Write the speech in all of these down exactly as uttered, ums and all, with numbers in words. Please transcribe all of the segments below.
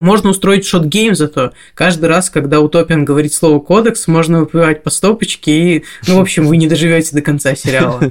Можно устроить шот-гейм зато. Каждый раз, когда Утопиан говорит слово «кодекс», можно выпивать по стопочке, и, ну, в общем, вы не доживете до конца сериала.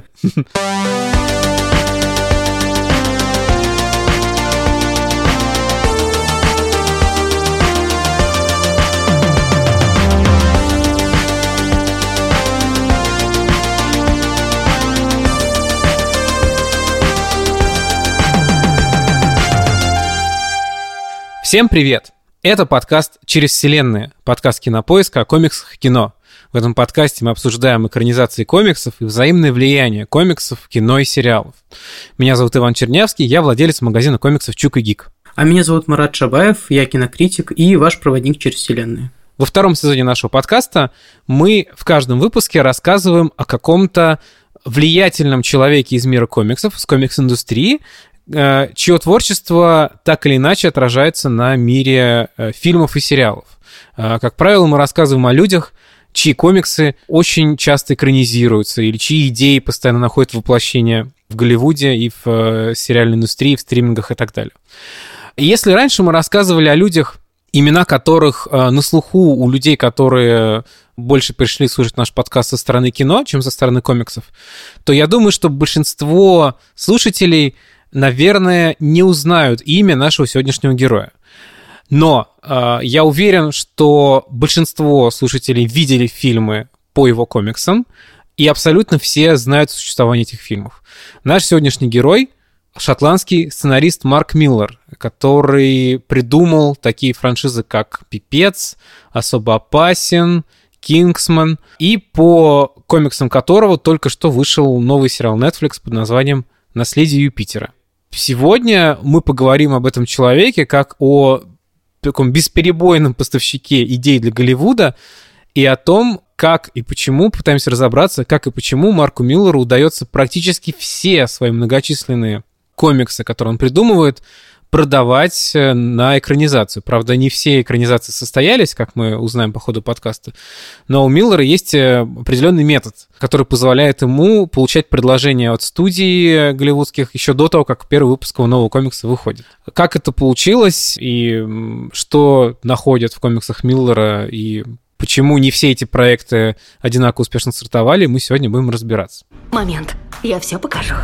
Всем привет! Это подкаст «Через вселенные», подкаст Кинопоиска о комиксах и кино. В этом подкасте мы обсуждаем экранизации комиксов и взаимное влияние комиксов, кино и сериалов. Меня зовут Иван Чернявский, я владелец магазина комиксов «Чук и Гик». А меня зовут Марат Шабаев, я кинокритик и ваш проводник через вселенные. Во втором сезоне нашего подкаста мы в каждом выпуске рассказываем о каком-то влиятельном человеке из мира комиксов, с комикс-индустрии, чье творчество так или иначе отражается на мире фильмов и сериалов. Как правило, мы рассказываем о людях, чьи комиксы очень часто экранизируются, или чьи идеи постоянно находят воплощение в Голливуде и в сериальной индустрии, в стримингах и так далее. Если раньше мы рассказывали о людях, имена которых на слуху у людей, которые больше пришли слушать наш подкаст со стороны кино, чем со стороны комиксов, то я думаю, что большинство слушателей, наверное, не узнают имя нашего сегодняшнего героя. Но э, я уверен, что большинство слушателей видели фильмы по его комиксам, и абсолютно все знают существование этих фильмов. Наш сегодняшний герой — шотландский сценарист Марк Миллер, который придумал такие франшизы, как «Пипец», «Особо опасен», «Кингсман», и по комиксам которого только что вышел новый сериал Netflix под названием «Наследие Юпитера». Сегодня мы поговорим об этом человеке как о таком бесперебойном поставщике идей для Голливуда и о том, как и почему, пытаемся разобраться, как и почему Марку Миллеру удается практически все свои многочисленные комиксы, которые он придумывает, продавать на экранизацию. Правда, не все экранизации состоялись, как мы узнаем по ходу подкаста, но у Миллера есть определенный метод, который позволяет ему получать предложения от студий голливудских еще до того, как первый выпуск его нового комикса выходит. Как это получилось и что находят в комиксах Миллера и почему не все эти проекты одинаково успешно стартовали, мы сегодня будем разбираться. Момент, я все покажу.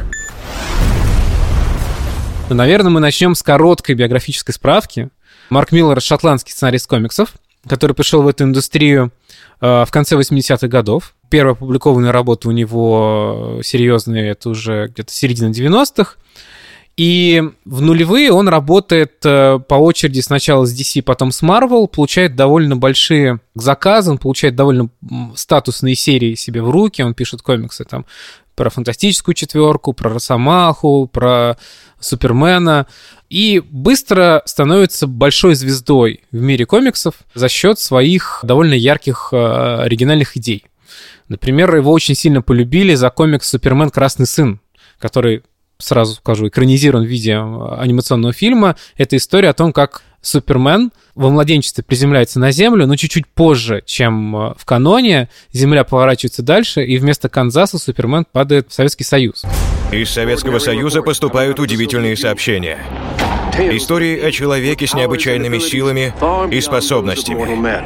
Наверное, мы начнем с короткой биографической справки. Марк Миллер — шотландский сценарист комиксов, который пришел в эту индустрию в конце восьмидесятых годов. Первая опубликованная работа у него серьезная, это уже где-то середина девяностых. И в нулевые он работает по очереди сначала с ди си, потом с Marvel, получает довольно большие заказы, он получает довольно статусные серии себе в руки, он пишет комиксы там про фантастическую четверку, про Росомаху, про Супермена, и быстро становится большой звездой в мире комиксов за счет своих довольно ярких оригинальных идей. Например, его очень сильно полюбили за комикс «Супермен. Красный сын», который, сразу скажу, экранизирован в виде анимационного фильма. Это история о том, как Супермен во младенчестве приземляется на Землю, но чуть-чуть позже, чем в каноне. Земля поворачивается дальше, и вместо Канзаса Супермен падает в Советский Союз. Из Советского Союза поступают удивительные сообщения. Истории о человеке с необычайными силами и способностями.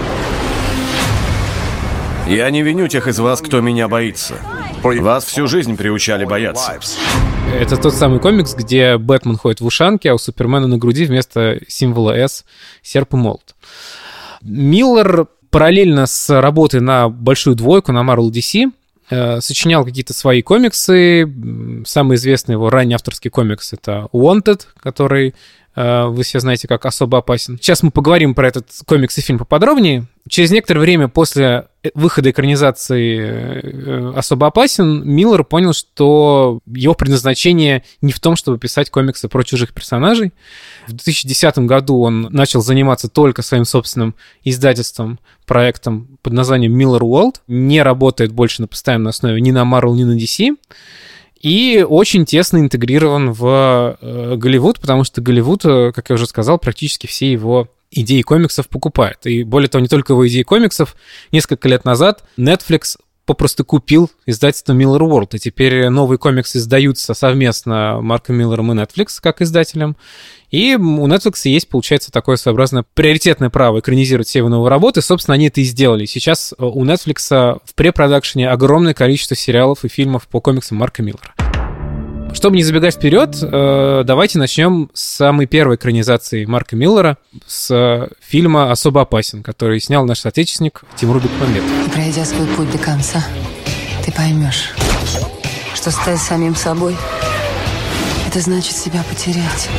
Я не виню тех из вас, кто меня боится. Вас всю жизнь приучали бояться. Это тот самый комикс, где Бэтмен ходит в ушанке, а у Супермена на груди вместо символа «С» серп и молот. Миллер параллельно с работой на большую двойку, на Marvel ди си, сочинял какие-то свои комиксы. Самый известный его ранний авторский комикс — это «Wanted», который вы все знаете как «Особо опасен». Сейчас мы поговорим про этот комикс и фильм поподробнее. Через некоторое время после выхода экранизации «Особо опасен» Миллер понял, что его предназначение не в том, чтобы писать комиксы про чужих персонажей. В две тысячи десятом году он начал заниматься только своим собственным издательством, проектом под названием Miller World. Не работает больше на постоянной основе ни на Marvel, ни на ди си. И очень тесно интегрирован в э, Голливуд, потому что Голливуд, как я уже сказал, практически все его идеи комиксов покупает. И более того, не только его идеи комиксов. Несколько лет назад Netflix попросту купил издательство Miller World, и теперь новые комиксы издаются совместно Марком Миллером и Netflix как издателем. И у Netflix есть, получается, такое своеобразное приоритетное право экранизировать все его новые работы. Собственно, они это и сделали. Сейчас у Netflix в препродакшене огромное количество сериалов и фильмов по комиксам Марка Миллера. Чтобы не забегать вперед, давайте начнем с самой первой экранизации Марка Миллера, с фильма «Особо опасен», который снял наш соотечественник Тимур Бекмамбетов. Пройдя свой путь до конца, ты поймешь, что стать самим собой — это значит себя потерять,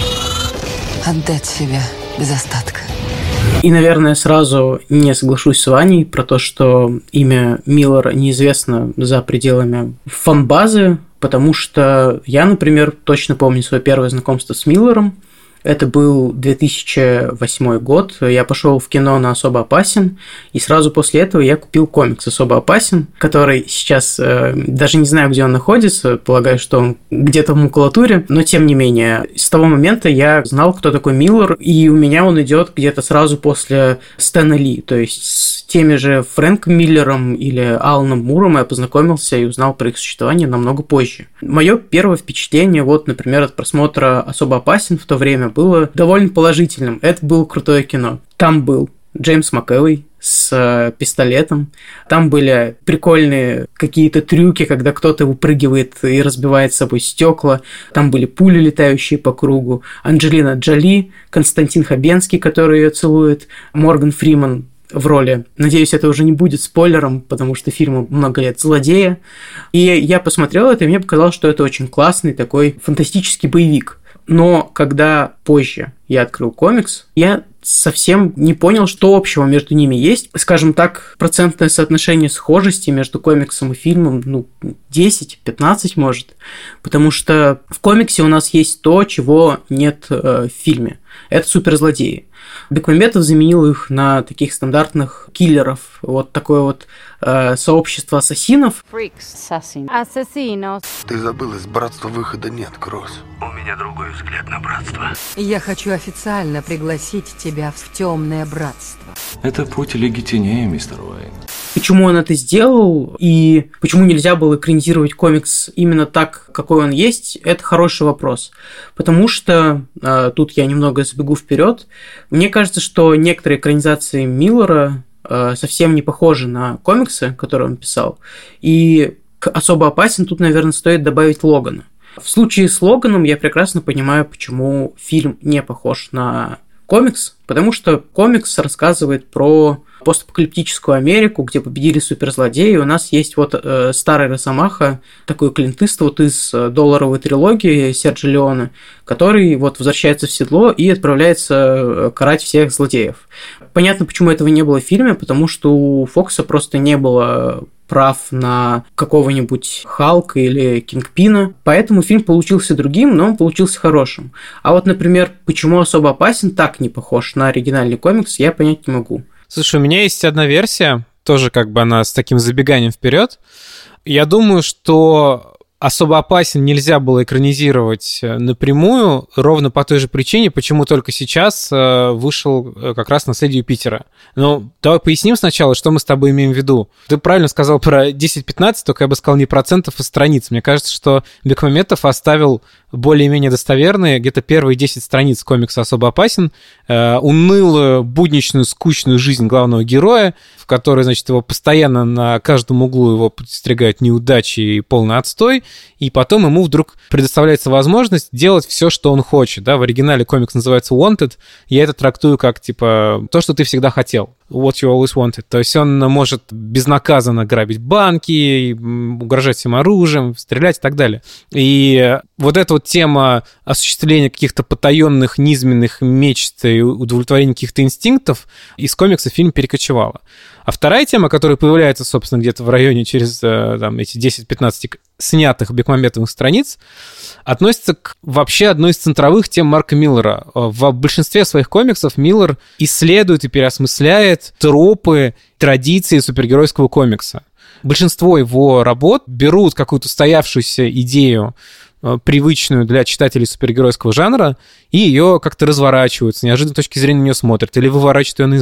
отдать себя без остатка. И, наверное, сразу не соглашусь с Ваней про то, что имя Миллера неизвестно за пределами фан-базы, потому что я, например, точно помню свое первое знакомство с Миллером. Это был две тысячи восьмой год. Я пошел в кино на «Особо опасен», и сразу после этого я купил комикс «Особо опасен», который сейчас э, даже не знаю, где он находится. Полагаю, что он где-то в макулатуре, но тем не менее. С того момента я знал, кто такой Миллер, и у меня он идет где-то сразу после Стэна Ли. То есть с теми же Фрэнком Миллером или Аланом Муром я познакомился и узнал про их существование намного позже. Мое первое впечатление, вот, например, от просмотра «Особо опасен» в то время было довольно положительным. Это было крутое кино. Там был Джеймс МcAvoy с э, пистолетом. Там были прикольные какие-то трюки, когда кто-то выпрыгивает и разбивает с собой стекла. Там были пули, летающие по кругу. Анджелина Джоли, Константин Хабенский, который ее целует, Морган Фриман в роли. Надеюсь, это уже не будет спойлером, потому что фильму много лет, злодея. И я посмотрел это, и мне показалось, что это очень классный такой фантастический боевик. Но когда позже я открыл комикс, я совсем не понял, что общего между ними есть. Скажем так, процентное соотношение схожести между комиксом и фильмом, ну, десять-пятнадцать может. Потому что в комиксе у нас есть то, чего нет э, в фильме. Это суперзлодеи. Бекмамбетов заменил их на таких стандартных киллеров. Вот такое вот э, сообщество ассасинов. Ты забыл, из братства выхода нет, Кросс. У меня другой взгляд на братство. Я хочу официально пригласить тебя в темное братство. Это путь Лиги Теней, мистер Уэйн. Почему он это сделал и почему нельзя было экранизировать комикс именно так, какой он есть, это хороший вопрос. Потому что, э, тут я немного забегу вперед, мне кажется, что некоторые экранизации Миллера э, совсем не похожи на комиксы, которые он писал. И к «Особо опасен» тут, наверное, стоит добавить Логана. В случае с Логаном я прекрасно понимаю, почему фильм не похож на комикс, потому что комикс рассказывает про постапокалиптическую Америку, где победили суперзлодеи. У нас есть вот э, старый Росомаха, такой Клинт Иствуд из долларовой трилогии Серджио Леоне, который вот возвращается в седло и отправляется карать всех злодеев. Понятно, почему этого не было в фильме, потому что у Фокса просто не было прав на какого-нибудь Халка или Кингпина, поэтому фильм получился другим, но он получился хорошим. А вот, например, почему «Особо опасен» так не похож на оригинальный комикс, я понять не могу. Слушай, у меня есть одна версия, тоже как бы она с таким забеганием вперед. Я думаю, что «Особо опасен» нельзя было экранизировать напрямую, ровно по той же причине, почему только сейчас вышел как раз «Наследие Юпитера». Но давай поясним сначала, что мы с тобой имеем в виду. Ты правильно сказал про десять-пятнадцать, только я бы сказал не процентов, а страниц. Мне кажется, что Бекмамбетов оставил более-менее достоверные где-то первые десять страниц комикса «Особо опасен», э, унылую, будничную, скучную жизнь главного героя, в которой, значит, его постоянно на каждом углу его подстерегают неудачи и полный отстой, и потом ему вдруг предоставляется возможность делать все, что он хочет. Да? В оригинале комикс называется «Wanted», я это трактую как, типа, то, что ты всегда хотел. What you always wanted. То есть он может безнаказанно грабить банки, угрожать всем оружием, стрелять и так далее. И вот эта вот тема осуществления каких-то потаенных, низменных мечт и удовлетворения каких-то инстинктов из комикса в фильм перекочевала. А вторая тема, которая появляется, собственно, где-то в районе через там, эти десять-пятнадцать снятых Бекмамбетовых страниц, относится к вообще одной из центровых тем Марка Миллера. В большинстве своих комиксов Миллер исследует и переосмысляет тропы, традиции супергеройского комикса. Большинство его работ берут какую-то устоявшуюся идею, привычную для читателей супергеройского жанра, и ее как-то разворачивают, с неожиданной точки зрения на нее смотрят или выворачивают ее наизнанку.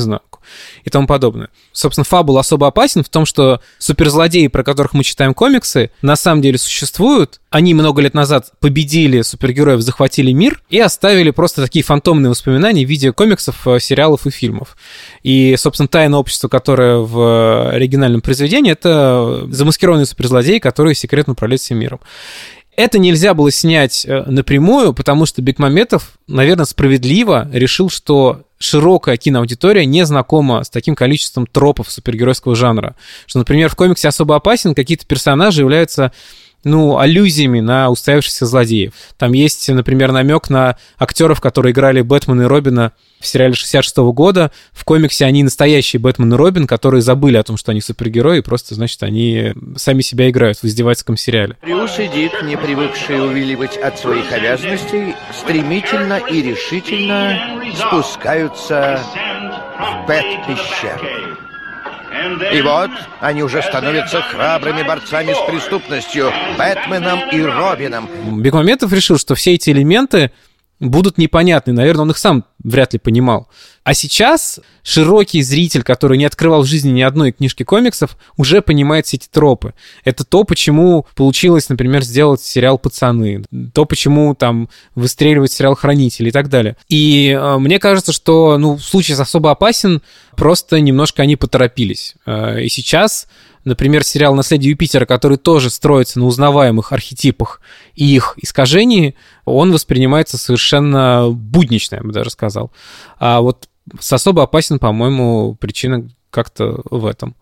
и тому подобное. Собственно, фабул особо опасен в том, что суперзлодеи, про которых мы читаем комиксы, на самом деле существуют. Они много лет назад победили супергероев, захватили мир и оставили просто такие фантомные воспоминания в виде комиксов, сериалов и фильмов. И, собственно, тайна общества, которое в оригинальном произведении, это замаскированные суперзлодеи, которые секретно управляют всем миром. Это нельзя было снять напрямую, потому что Бекмамбетов, наверное, справедливо решил, что широкая киноаудитория не знакома с таким количеством тропов супергеройского жанра. Что, например, в комиксе «Особо опасен» какие-то персонажи являются, ну, аллюзиями на устоявшихся злодеев. Там есть, например, намек на актеров, которые играли Бэтмена и Робина в сериале шестьдесят шестого года. В комиксе они настоящие Бэтмен и Робин, которые забыли о том, что они супергерои, и просто, значит, они сами себя играют в издевательском сериале. Брюс и Дик, не привыкшие увиливать от своих обязанностей, стремительно и решительно спускаются в Бэт-пещеру. И вот они уже становятся храбрыми борцами с преступностью, Бэтменом и Робином. Бекмамбетов решил, что все эти элементы будут непонятны. Наверное, он их сам вряд ли понимал. А сейчас широкий зритель, который не открывал в жизни ни одной книжки комиксов, уже понимает все эти тропы. Это то, почему получилось, например, сделать сериал «Пацаны», то, почему там выстреливает сериал «Хранители» и так далее. И э, мне кажется, что ну, в случае с «Особо опасен» просто немножко они поторопились. Э, и сейчас, например, сериал «Наследие Юпитера», который тоже строится на узнаваемых архетипах и их искажении, он воспринимается совершенно буднично, я бы даже сказал. А вот с «Особо опасен», по-моему, причина как-то в этом.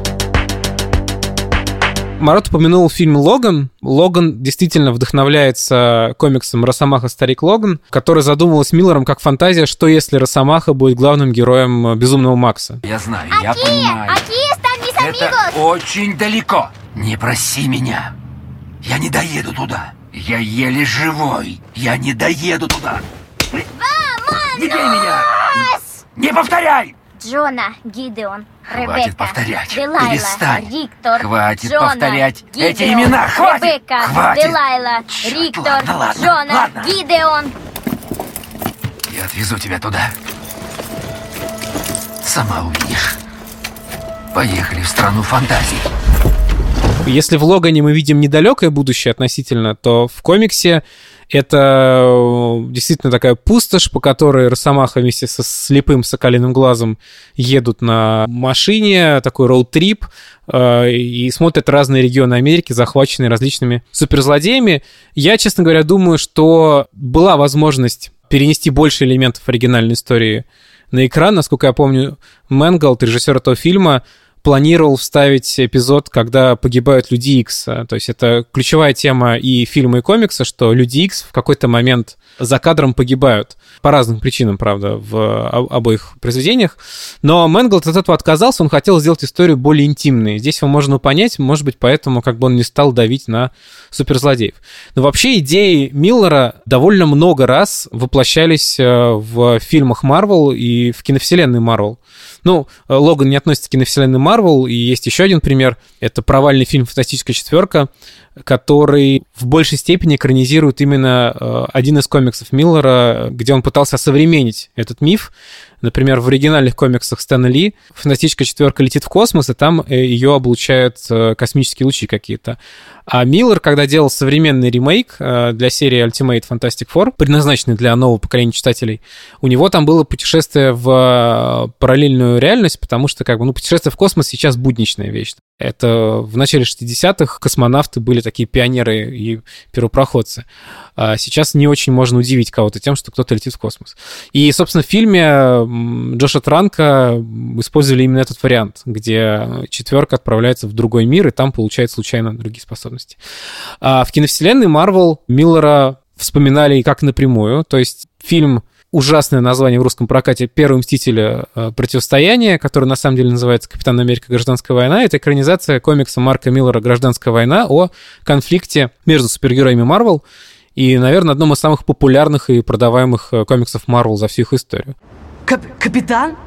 Марат упомянул фильм «Логан». Логан действительно вдохновляется комиксом «Росомаха. Старик Логан», который задумывалась Миллером как фантазия, что если Росомаха будет главным героем «Безумного Макса». Я знаю, я понимаю. Это очень далеко. Не проси меня. Я не доеду туда. Я еле живой. Я не доеду туда. Не бей меня! Не повторяй! Джона, Гидеон, Ребекка, Хватит повторять. Делайла, Перестань. Риктор, Хватит Джона, повторять Гидеон, эти имена. Хватит! Ребекка, Хватит! Делайла, Черт, Риктор, ладно, ладно, Джона, ладно. Гидеон. Я отвезу тебя туда. Сама увидишь. Поехали в страну фантазий. Если в Логане мы видим недалекое будущее относительно, то в комиксе это действительно такая пустошь, по которой Росомаха вместе со слепым соколиным глазом едут на машине, такой роуд-трип, и смотрят разные регионы Америки, захваченные различными суперзлодеями. Я, честно говоря, думаю, что была возможность перенести больше элементов оригинальной истории на экран. Насколько я помню, Мэнголд, режиссер этого фильма, планировал вставить эпизод, когда погибают Люди Икс. То есть это ключевая тема и фильма, и комикса, что Люди Икс в какой-то момент за кадром погибают. По разным причинам, правда, в обоих произведениях. Но Мэнголд от этого отказался, он хотел сделать историю более интимной. Здесь его можно понять, может быть, поэтому как бы он не стал давить на суперзлодеев. Но вообще идеи Миллера довольно много раз воплощались в фильмах Марвел и в киновселенной Марвел. Ну, Логан не относится к киновселенной Марвел, и есть еще один пример. Это провальный фильм «Фантастическая четверка», который в большей степени экранизирует именно один из комиксов Миллера, где он пытался осовременить этот миф. Например, в оригинальных комиксах Стэна Ли «Фантастическая четверка» летит в космос, и там ее облучают космические лучи какие-то. А Миллер, когда делал современный ремейк для серии Ultimate Fantastic Four, предназначенный для нового поколения читателей, у него там было путешествие в параллельную реальность, потому что как бы, ну, путешествие в космос сейчас будничная вещь. Это в начале шестидесятых космонавты были такие пионеры и первопроходцы. А сейчас не очень можно удивить кого-то тем, что кто-то летит в космос. И, собственно, в фильме Джоша Транка использовали именно этот вариант, где четверка отправляется в другой мир, и там получает случайно другие способности. А в киновселенной Марвел Миллера вспоминали как напрямую, то есть фильм... Ужасное название в русском прокате «Первый мститель. Противостояние», который на самом деле называется «Капитан Америка. Гражданская война». Это экранизация комикса Марка Миллера «Гражданская война» о конфликте между супергероями Марвел и, наверное, одном из самых популярных и продаваемых комиксов Марвел за всю их историю. Кап- капитан?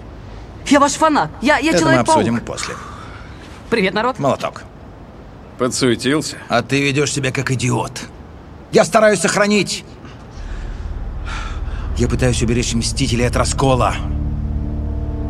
Я ваш фанат. Я, я Это Человек-паук. мы обсудим после. Привет, народ. Молоток. Подсуетился? А ты ведешь себя как идиот. Я стараюсь сохранить... Я пытаюсь уберечь Мстителей от раскола.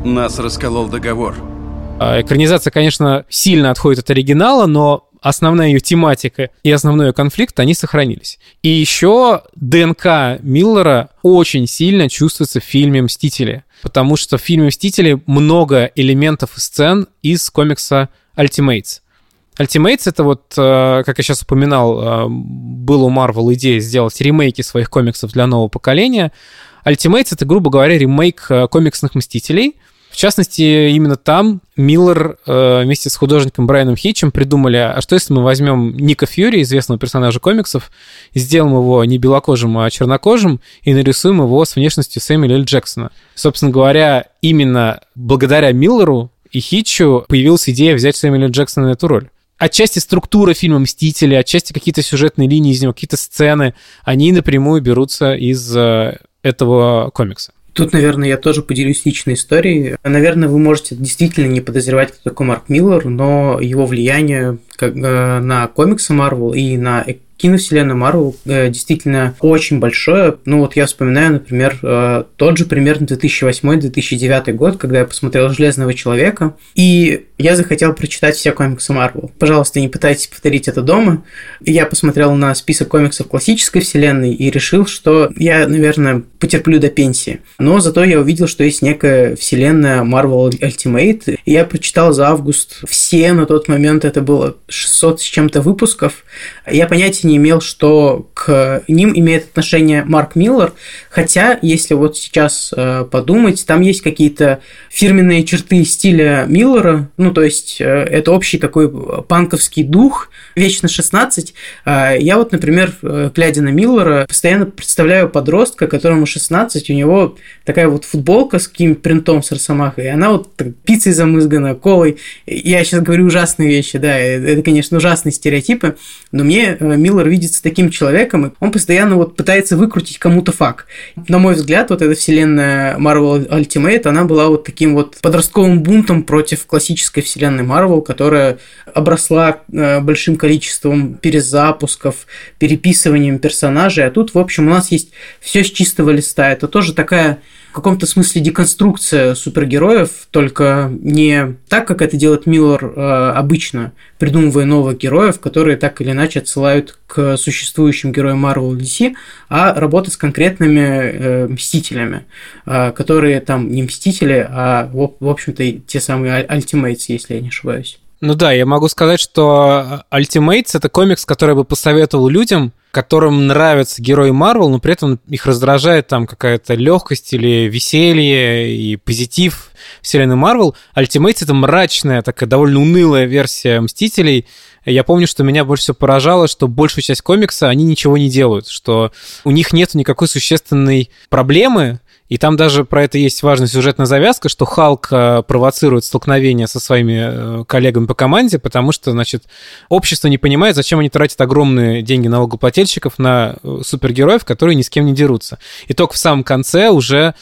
Нас расколол договор. Экранизация, конечно, сильно отходит от оригинала, но основная ее тематика и основной ее конфликт, они сохранились. И еще ДНК Миллера очень сильно чувствуется в фильме «Мстители», потому что в фильме «Мстители» много элементов и сцен из комикса «Ultimates». Ultimates — это вот, как я сейчас упоминал, была у Marvel идея сделать ремейки своих комиксов для нового поколения. Ultimates — это, грубо говоря, ремейк комиксных «Мстителей». В частности, именно там Миллер э, вместе с художником Брайаном Хитчем придумали, а что если мы возьмем Ника Фьюри, известного персонажа комиксов, сделаем его не белокожим, а чернокожим, и нарисуем его с внешностью Сэмюэля Л. Джексона. Собственно говоря, именно благодаря Миллеру и Хитчу появилась идея взять Сэмюэля Л. Джексона на эту роль. Отчасти структура фильма «Мстители», отчасти какие-то сюжетные линии из него, какие-то сцены, они напрямую берутся из э, этого комикса. Тут, наверное, я тоже поделюсь личной историей. Наверное, вы можете действительно не подозревать, кто такой Марк Миллер, но его влияние как, э, на комиксы Marvel и на киновселенную Marvel э, действительно очень большое. Ну вот я вспоминаю, например, э, тот же примерно две тысячи восьмой - две тысячи девятый год, когда я посмотрел «Железного человека», и я захотел прочитать все комиксы Marvel. Пожалуйста, не пытайтесь повторить это дома. Я посмотрел на список комиксов классической вселенной и решил, что я, наверное, потерплю до пенсии. Но зато я увидел, что есть некая вселенная Marvel Ultimate, и я прочитал за август все, на тот момент это было шестьсот с чем-то выпусков. Я понятия не имел, что к ним имеет отношение Марк Миллер, хотя, если вот сейчас э, подумать, там есть какие-то фирменные черты стиля Миллера, ну, то есть э, это общий такой панковский дух, вечно шестнадцать. Э, я вот, например, э, глядя на Миллера, постоянно представляю подростка, которому шестнадцать, у него такая вот футболка с каким-то принтом с росомахой, и она вот так, пиццей замызгана, колой. Я сейчас говорю ужасные вещи, да, это, конечно, ужасные стереотипы, но мне э, Миллер видится таким человеком, и он постоянно вот пытается выкрутить кому-то фак. На мой взгляд, вот эта вселенная Marvel Ultimate, она была вот таким вот подростковым бунтом против классической вселенной Marvel, которая обросла э, большим количеством перезапусков, переписыванием персонажей, а тут, в общем, у нас есть все с чистого листа. Это тоже такая в каком-то смысле деконструкция супергероев, только не так, как это делает Миллер э, обычно, придумывая новых героев, которые так или иначе отсылают к существующим героям Marvel и ди си, а работа с конкретными э, мстителями, э, которые там не мстители, а, в, в общем-то, те самые Ultimates, если я не ошибаюсь. Ну да, я могу сказать, что Ultimates — это комикс, который я бы посоветовал людям, которым нравятся герои Marvel, но при этом их раздражает там какая-то легкость или веселье и позитив вселенной Marvel. Ultimates — это мрачная, такая довольно унылая версия Мстителей. Я помню, что меня больше всего поражало, что большую часть комикса они ничего не делают, что у них нет никакой существенной проблемы. И там даже про это есть важная сюжетная завязка, что Халк провоцирует столкновение со своими коллегами по команде, потому что, значит, общество не понимает, зачем они тратят огромные деньги налогоплательщиков на супергероев, которые ни с кем не дерутся. И только в самом конце уже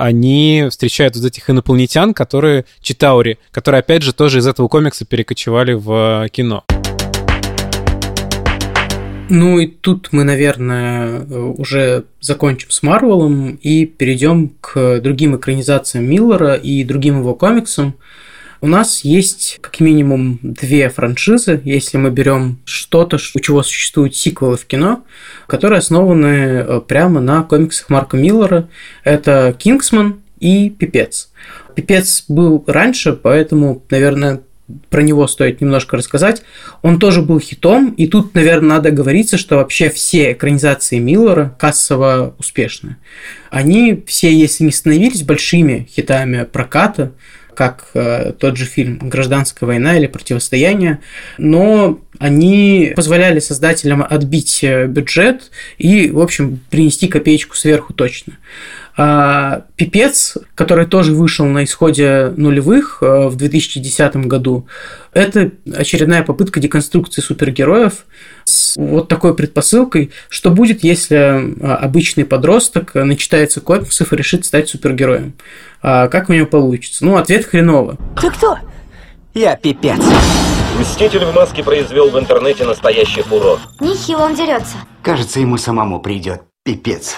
они встречают вот этих инопланетян, которые Читаури, которые, опять же, тоже из этого комикса перекочевали в кино. Ну и тут мы, наверное, уже закончим с Марвелом и перейдем к другим экранизациям Миллера и другим его комиксам. У нас есть как минимум две франшизы, если мы берем что-то, у чего существуют сиквелы в кино, которые основаны прямо на комиксах Марка Миллера. Это «Кингсман» и «Пипец». «Пипец» был раньше, поэтому, наверное, про него стоит немножко рассказать. Он тоже был хитом, и тут, наверное, надо говориться, что вообще все экранизации Миллера кассово успешны. Они все, если не становились большими хитами проката, как э, тот же фильм «Гражданская война» или «Противостояние», но они позволяли создателям отбить бюджет и, в общем, принести копеечку сверху точно. А «Пипец», который тоже вышел на исходе нулевых в две тысячи десятом году, это очередная попытка деконструкции супергероев с вот такой предпосылкой, что будет, если обычный подросток начитается комиксов и решит стать супергероем. А как у него получится? Ну, ответ хреново. Ты кто? Я Пипец. Мститель в маске произвел в интернете настоящий фурор. Нехило он дерется. Кажется, ему самому придет Пипец.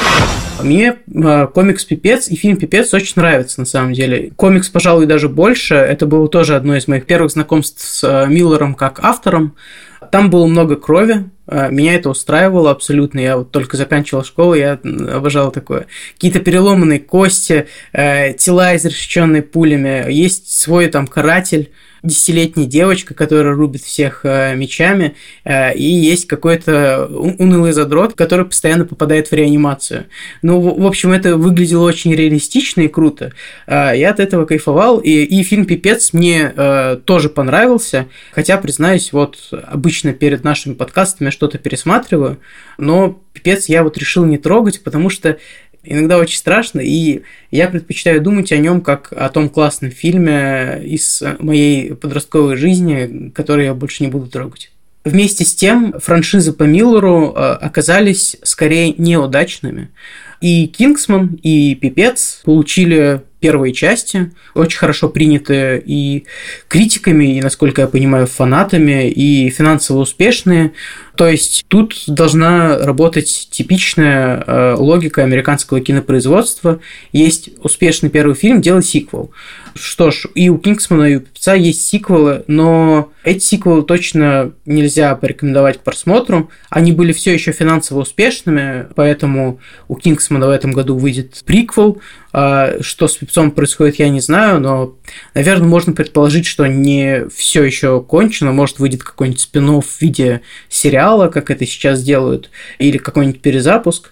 Мне э, комикс «Пипец» и фильм «Пипец» очень нравятся, на самом деле. Комикс, пожалуй, даже больше. Это было тоже одно из моих первых знакомств с э, Миллером как автором. Там было много крови, э, меня это устраивало абсолютно. Я вот только заканчивал школу, я обожал такое. Какие-то переломанные кости, э, тела, изрешеченные пулями. Есть свой там каратель, десятилетняя девочка, которая рубит всех э, мечами, э, и есть какой-то унылый задрот, который постоянно попадает в реанимацию. Ну, в, в общем, это выглядело очень реалистично и круто. Э, я от этого кайфовал, и, и фильм «Пипец» мне э, тоже понравился, хотя, признаюсь, вот обычно перед нашими подкастами я что-то пересматриваю, но «Пипец» я вот решил не трогать, потому что иногда очень страшно, и я предпочитаю думать о нем как о том классном фильме из моей подростковой жизни, который я больше не буду трогать. Вместе с тем, франшизы по Миллеру оказались скорее неудачными. И «Кингсман», и «Пипец» получили первые части, очень хорошо приняты и критиками, и, насколько я понимаю, фанатами, и финансово успешные. То есть тут должна работать типичная э, логика американского кинопроизводства. Есть успешный первый фильм, делай сиквел. Что ж, и у «Кингсмана», и у «Пипца» есть сиквелы, но эти сиквелы точно нельзя порекомендовать к просмотру. Они были все еще финансово успешными, поэтому у «Кингсмана» в этом году выйдет приквел. Что с «Пипцом» происходит, я не знаю, но, наверное, можно предположить, что не все еще кончено. Может, выйдет какой-нибудь спин-офф в виде сериала, как это сейчас делают, или какой-нибудь перезапуск.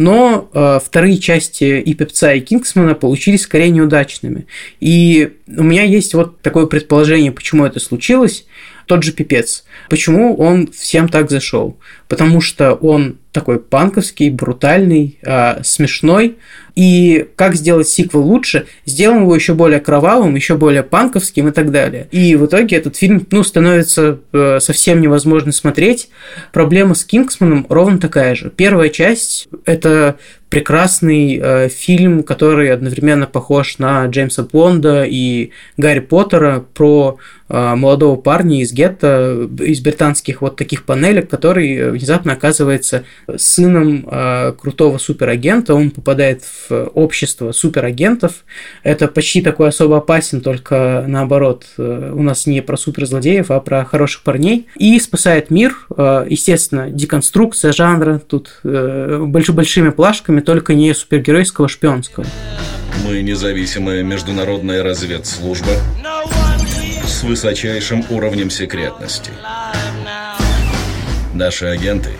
Но э, вторые части и «Пипца», и «Кингсмана» получились скорее неудачными. И у меня есть вот такое предположение, почему это случилось. Тот же «Пипец». Почему он всем так зашел? Потому что он такой панковский, брутальный, э, смешной. И как сделать сиквел лучше? Сделаем его еще более кровавым, еще более панковским и так далее. И в итоге этот фильм, ну, становится э, совсем невозможно смотреть. Проблема с «Кингсманом» ровно такая же. Первая часть – это прекрасный э, фильм, который одновременно похож на Джеймса Бонда и Гарри Поттера, про э, молодого парня из гетто, из британских вот таких панелек, который внезапно оказывается сыном э, крутого суперагента. Он попадает в общество суперагентов. Это почти такой особо опасен, только наоборот, э, у нас не про суперзлодеев, а про хороших парней. И спасает мир. Э, естественно, деконструкция жанра тут э, больш- большими плашками, только не супергеройского, шпионского. Мы независимая международная разведслужба с высочайшим уровнем секретности. Наши агенты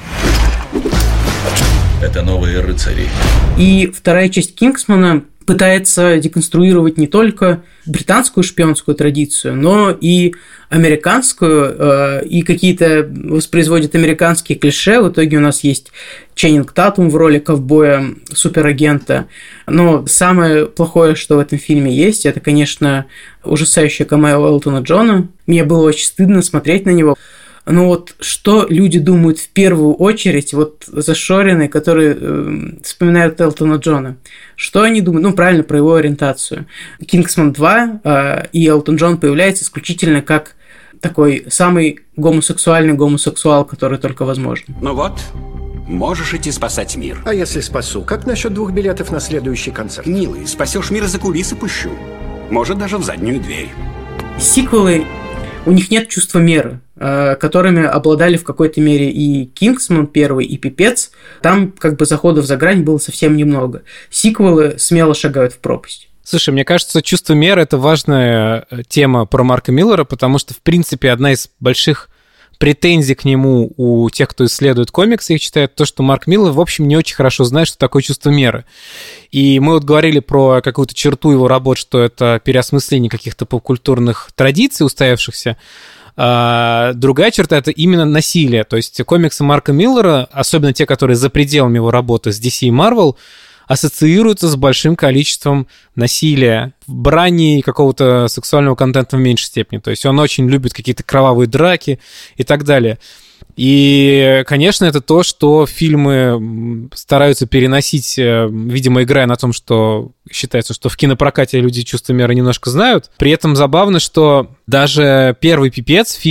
– это новые рыцари. И вторая часть «Кингсмана» пытается деконструировать не только британскую шпионскую традицию, но и американскую, э, и какие-то воспроизводит американские клише. В итоге у нас есть Ченнинг Татум в роли ковбоя, суперагента. Но самое плохое, что в этом фильме есть, это, конечно, ужасающее камео Элтона Джона. Мне было очень стыдно смотреть на него. Но вот что люди думают в первую очередь, вот зашоренные, которые э, вспоминают Элтона Джона, что они думают? Ну, правильно, про его ориентацию. «Кингсман два» э, и Элтон Джон появляется исключительно как такой самый гомосексуальный гомосексуал, который только возможен. Ну вот, можешь идти спасать мир. А если спасу? Как насчет двух билетов на следующий концерт? Милый, спасешь мир, за кулисы пущу. Может, даже в заднюю дверь. Сиквелы, у них нет чувства меры, которыми обладали в какой-то мере и «Кингсман» первый, и «Пипец». Там как бы заходов за грань было совсем немного. Сиквелы смело шагают в пропасть. Слушай, мне кажется, чувство меры – это важная тема про Марка Миллера, потому что, в принципе, одна из больших претензий к нему у тех, кто исследует комиксы, их читает, то, что Марк Миллер, в общем, не очень хорошо знает, что такое чувство меры. И мы вот говорили про какую-то черту его работ, что это переосмысление каких-то попкультурных традиций устоявшихся. А другая черта – это именно насилие. То есть комиксы Марка Миллера, особенно те, которые за пределами его работы с ди си и Marvel, ассоциируются с большим количеством насилия, брани и какого-то сексуального контента в меньшей степени. То есть он очень любит какие-то кровавые драки и так далее. И, конечно, это то, что фильмы стараются переносить, видимо, играя на том, что считается, что в кинопрокате люди чувство меры немножко знают. При этом забавно, что даже первый «Пипец» фильм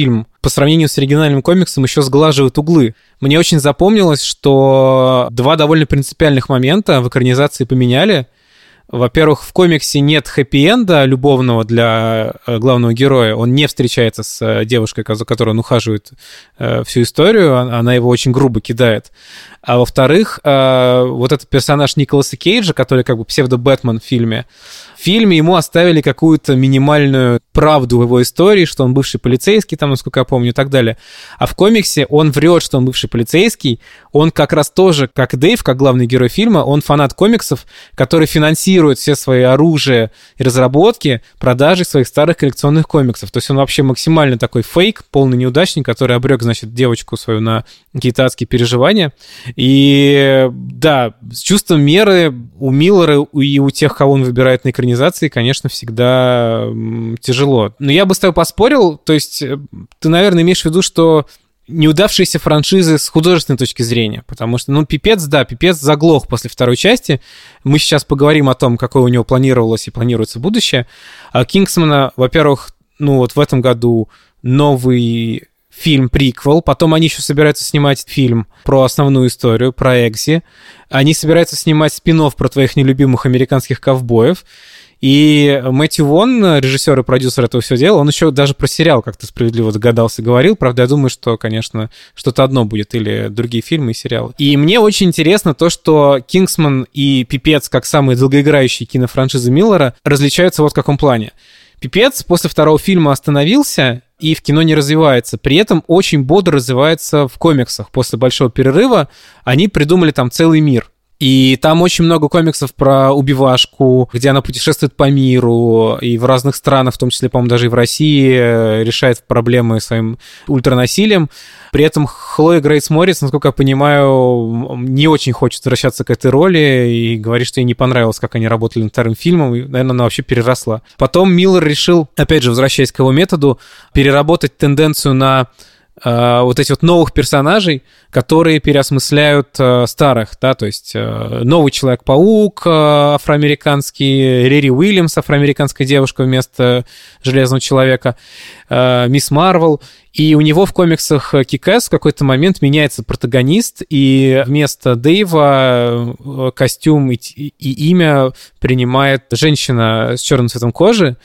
по сравнению с оригинальным комиксом еще сглаживают углы. Мне очень запомнилось, что два довольно принципиальных момента в экранизации поменяли. Во-первых, в комиксе нет хэппи-энда любовного для главного героя. Он не встречается с девушкой, за которой он ухаживает всю историю. Она его очень грубо кидает. А во-вторых, вот этот персонаж Николаса Кейджа, который как бы псевдо-Бэтмен в фильме, в фильме ему оставили какую-то минимальную правду в его истории, что он бывший полицейский, там, насколько я помню, и так далее. А в комиксе он врет, что он бывший полицейский. Он как раз тоже, как Дэйв, как главный герой фильма, он фанат комиксов, который финансирует все свои оружия и разработки продажей своих старых коллекционных комиксов. То есть он вообще максимально такой фейк, полный неудачник, который обрек, значит, девочку свою на какие-то адские переживания. И да, с чувством меры у Миллера и у тех, кого он выбирает на экранизации, конечно, всегда тяжело. Но я бы с тобой поспорил, то есть ты, наверное, имеешь в виду, что неудавшиеся франшизы с художественной точки зрения, потому что, ну, Пипец, да, Пипец заглох после второй части. Мы сейчас поговорим о том, какое у него планировалось и планируется будущее. А Кингсмана, во-первых, ну, вот в этом году новый фильм-приквел, потом они еще собираются снимать фильм про основную историю, про Экзи. Они собираются снимать спин-офф про твоих нелюбимых американских ковбоев. И Мэтью Вон, режиссер и продюсер этого всего дела, он еще даже про сериал как-то справедливо догадался, говорил. Правда, я думаю, что, конечно, что-то одно будет, или другие фильмы и сериалы. И мне очень интересно то, что «Кингсман» и «Пипец», как самые долгоиграющие кинофраншизы Миллера, различаются вот в каком плане. «Пипец» после второго фильма остановился и в кино не развивается. При этом очень бодро развивается в комиксах. После большого перерыва они придумали там целый мир. И там очень много комиксов про убивашку, где она путешествует по миру и в разных странах, в том числе, по-моему, даже и в России, решает проблемы своим ультранасилием. При этом Хлоя Грейс Моррис, насколько я понимаю, не очень хочет возвращаться к этой роли и говорит, что ей не понравилось, как они работали над вторым фильмом, и, наверное, она вообще переросла. Потом Миллер решил, опять же, возвращаясь к его методу, переработать тенденцию на вот эти вот новых персонажей, которые переосмысляют э, старых, да, то есть э, новый Человек-паук э, афроамериканский, Рири Уильямс, афроамериканская девушка вместо Железного Человека, э, Мисс Марвел, и у него в комиксах Кик-Эсс в какой-то момент меняется протагонист, и вместо Дэйва э, костюм и, и имя принимает женщина с черным цветом кожи.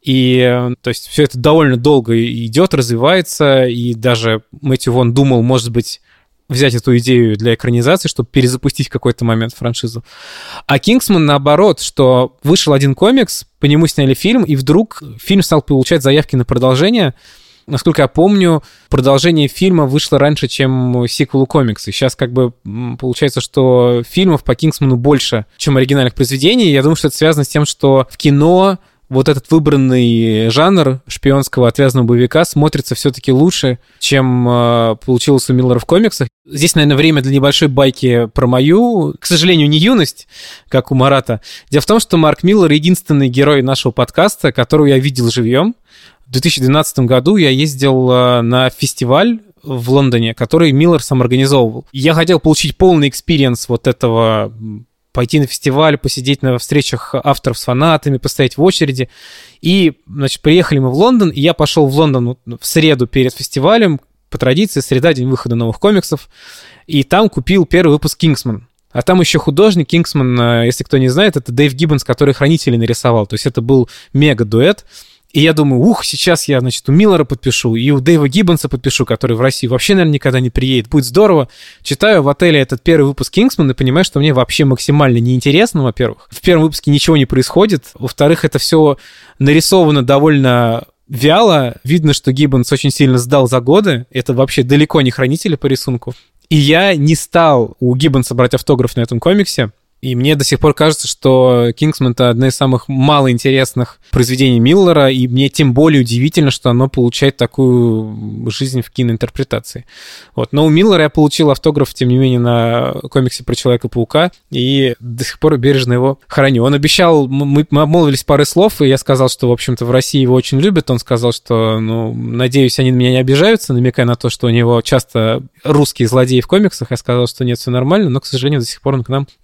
И, то есть, все это довольно долго идет, развивается, и даже Мэтью Вон думал, может быть, взять эту идею для экранизации, чтобы перезапустить в какой-то момент франшизу. А «Кингсман» наоборот, что вышел один комикс, по нему сняли фильм, и вдруг фильм стал получать заявки на продолжение. Насколько я помню, продолжение фильма вышло раньше, чем сиквел комикса. И сейчас как бы получается, что фильмов по «Кингсману» больше, чем оригинальных произведений. Я думаю, что это связано с тем, что в кино вот этот выбранный жанр шпионского отвязного боевика смотрится все-таки лучше, чем э, получилось у Миллера в комиксах. Здесь, наверное, время для небольшой байки про мою, к сожалению, не юность, как у Марата. Дело в том, что Марк Миллер — единственный герой нашего подкаста, которого я видел живьем. В две тысячи двенадцатом году я ездил э, на фестиваль в Лондоне, который Миллер сам организовывал. Я хотел получить полный экспириенс вот этого, пойти на фестиваль, посидеть на встречах авторов с фанатами, постоять в очереди. И, значит, приехали мы в Лондон, и я пошел в Лондон в среду перед фестивалем, по традиции, среда, день выхода новых комиксов, и там купил первый выпуск «Кингсман». А там еще художник Кингсман, если кто не знает, это Дэйв Гиббонс, который «Хранителей» нарисовал. То есть это был мега-дуэт. И я думаю, ух, сейчас я, значит, у Миллера подпишу, и у Дэйва Гиббонса подпишу, который в России вообще, наверное, никогда не приедет. Будет здорово. Читаю в отеле этот первый выпуск «Кингсман» и понимаю, что мне вообще максимально неинтересно, во-первых. В первом выпуске ничего не происходит. Во-вторых, это все нарисовано довольно вяло. Видно, что Гиббонс очень сильно сдал за годы. Это вообще далеко не «Хранители» по рисунку. И я не стал у Гиббонса брать автограф на этом комиксе. И мне до сих пор кажется, что «Кингсман» — это одно из самых малоинтересных произведений Миллера, и мне тем более удивительно, что оно получает такую жизнь в киноинтерпретации. Вот. Но у Миллера я получил автограф, тем не менее, на комиксе про Человека-паука, и до сих пор бережно его храню. Он обещал, мы, мы обмолвились парой слов, и я сказал, что, в общем-то, в России его очень любят. Он сказал, что, ну, надеюсь, они на меня не обижаются, намекая на то, что у него часто русские злодеи в комиксах. Я сказал, что нет, все нормально, но, к сожалению, до сих пор он к нам не приехал.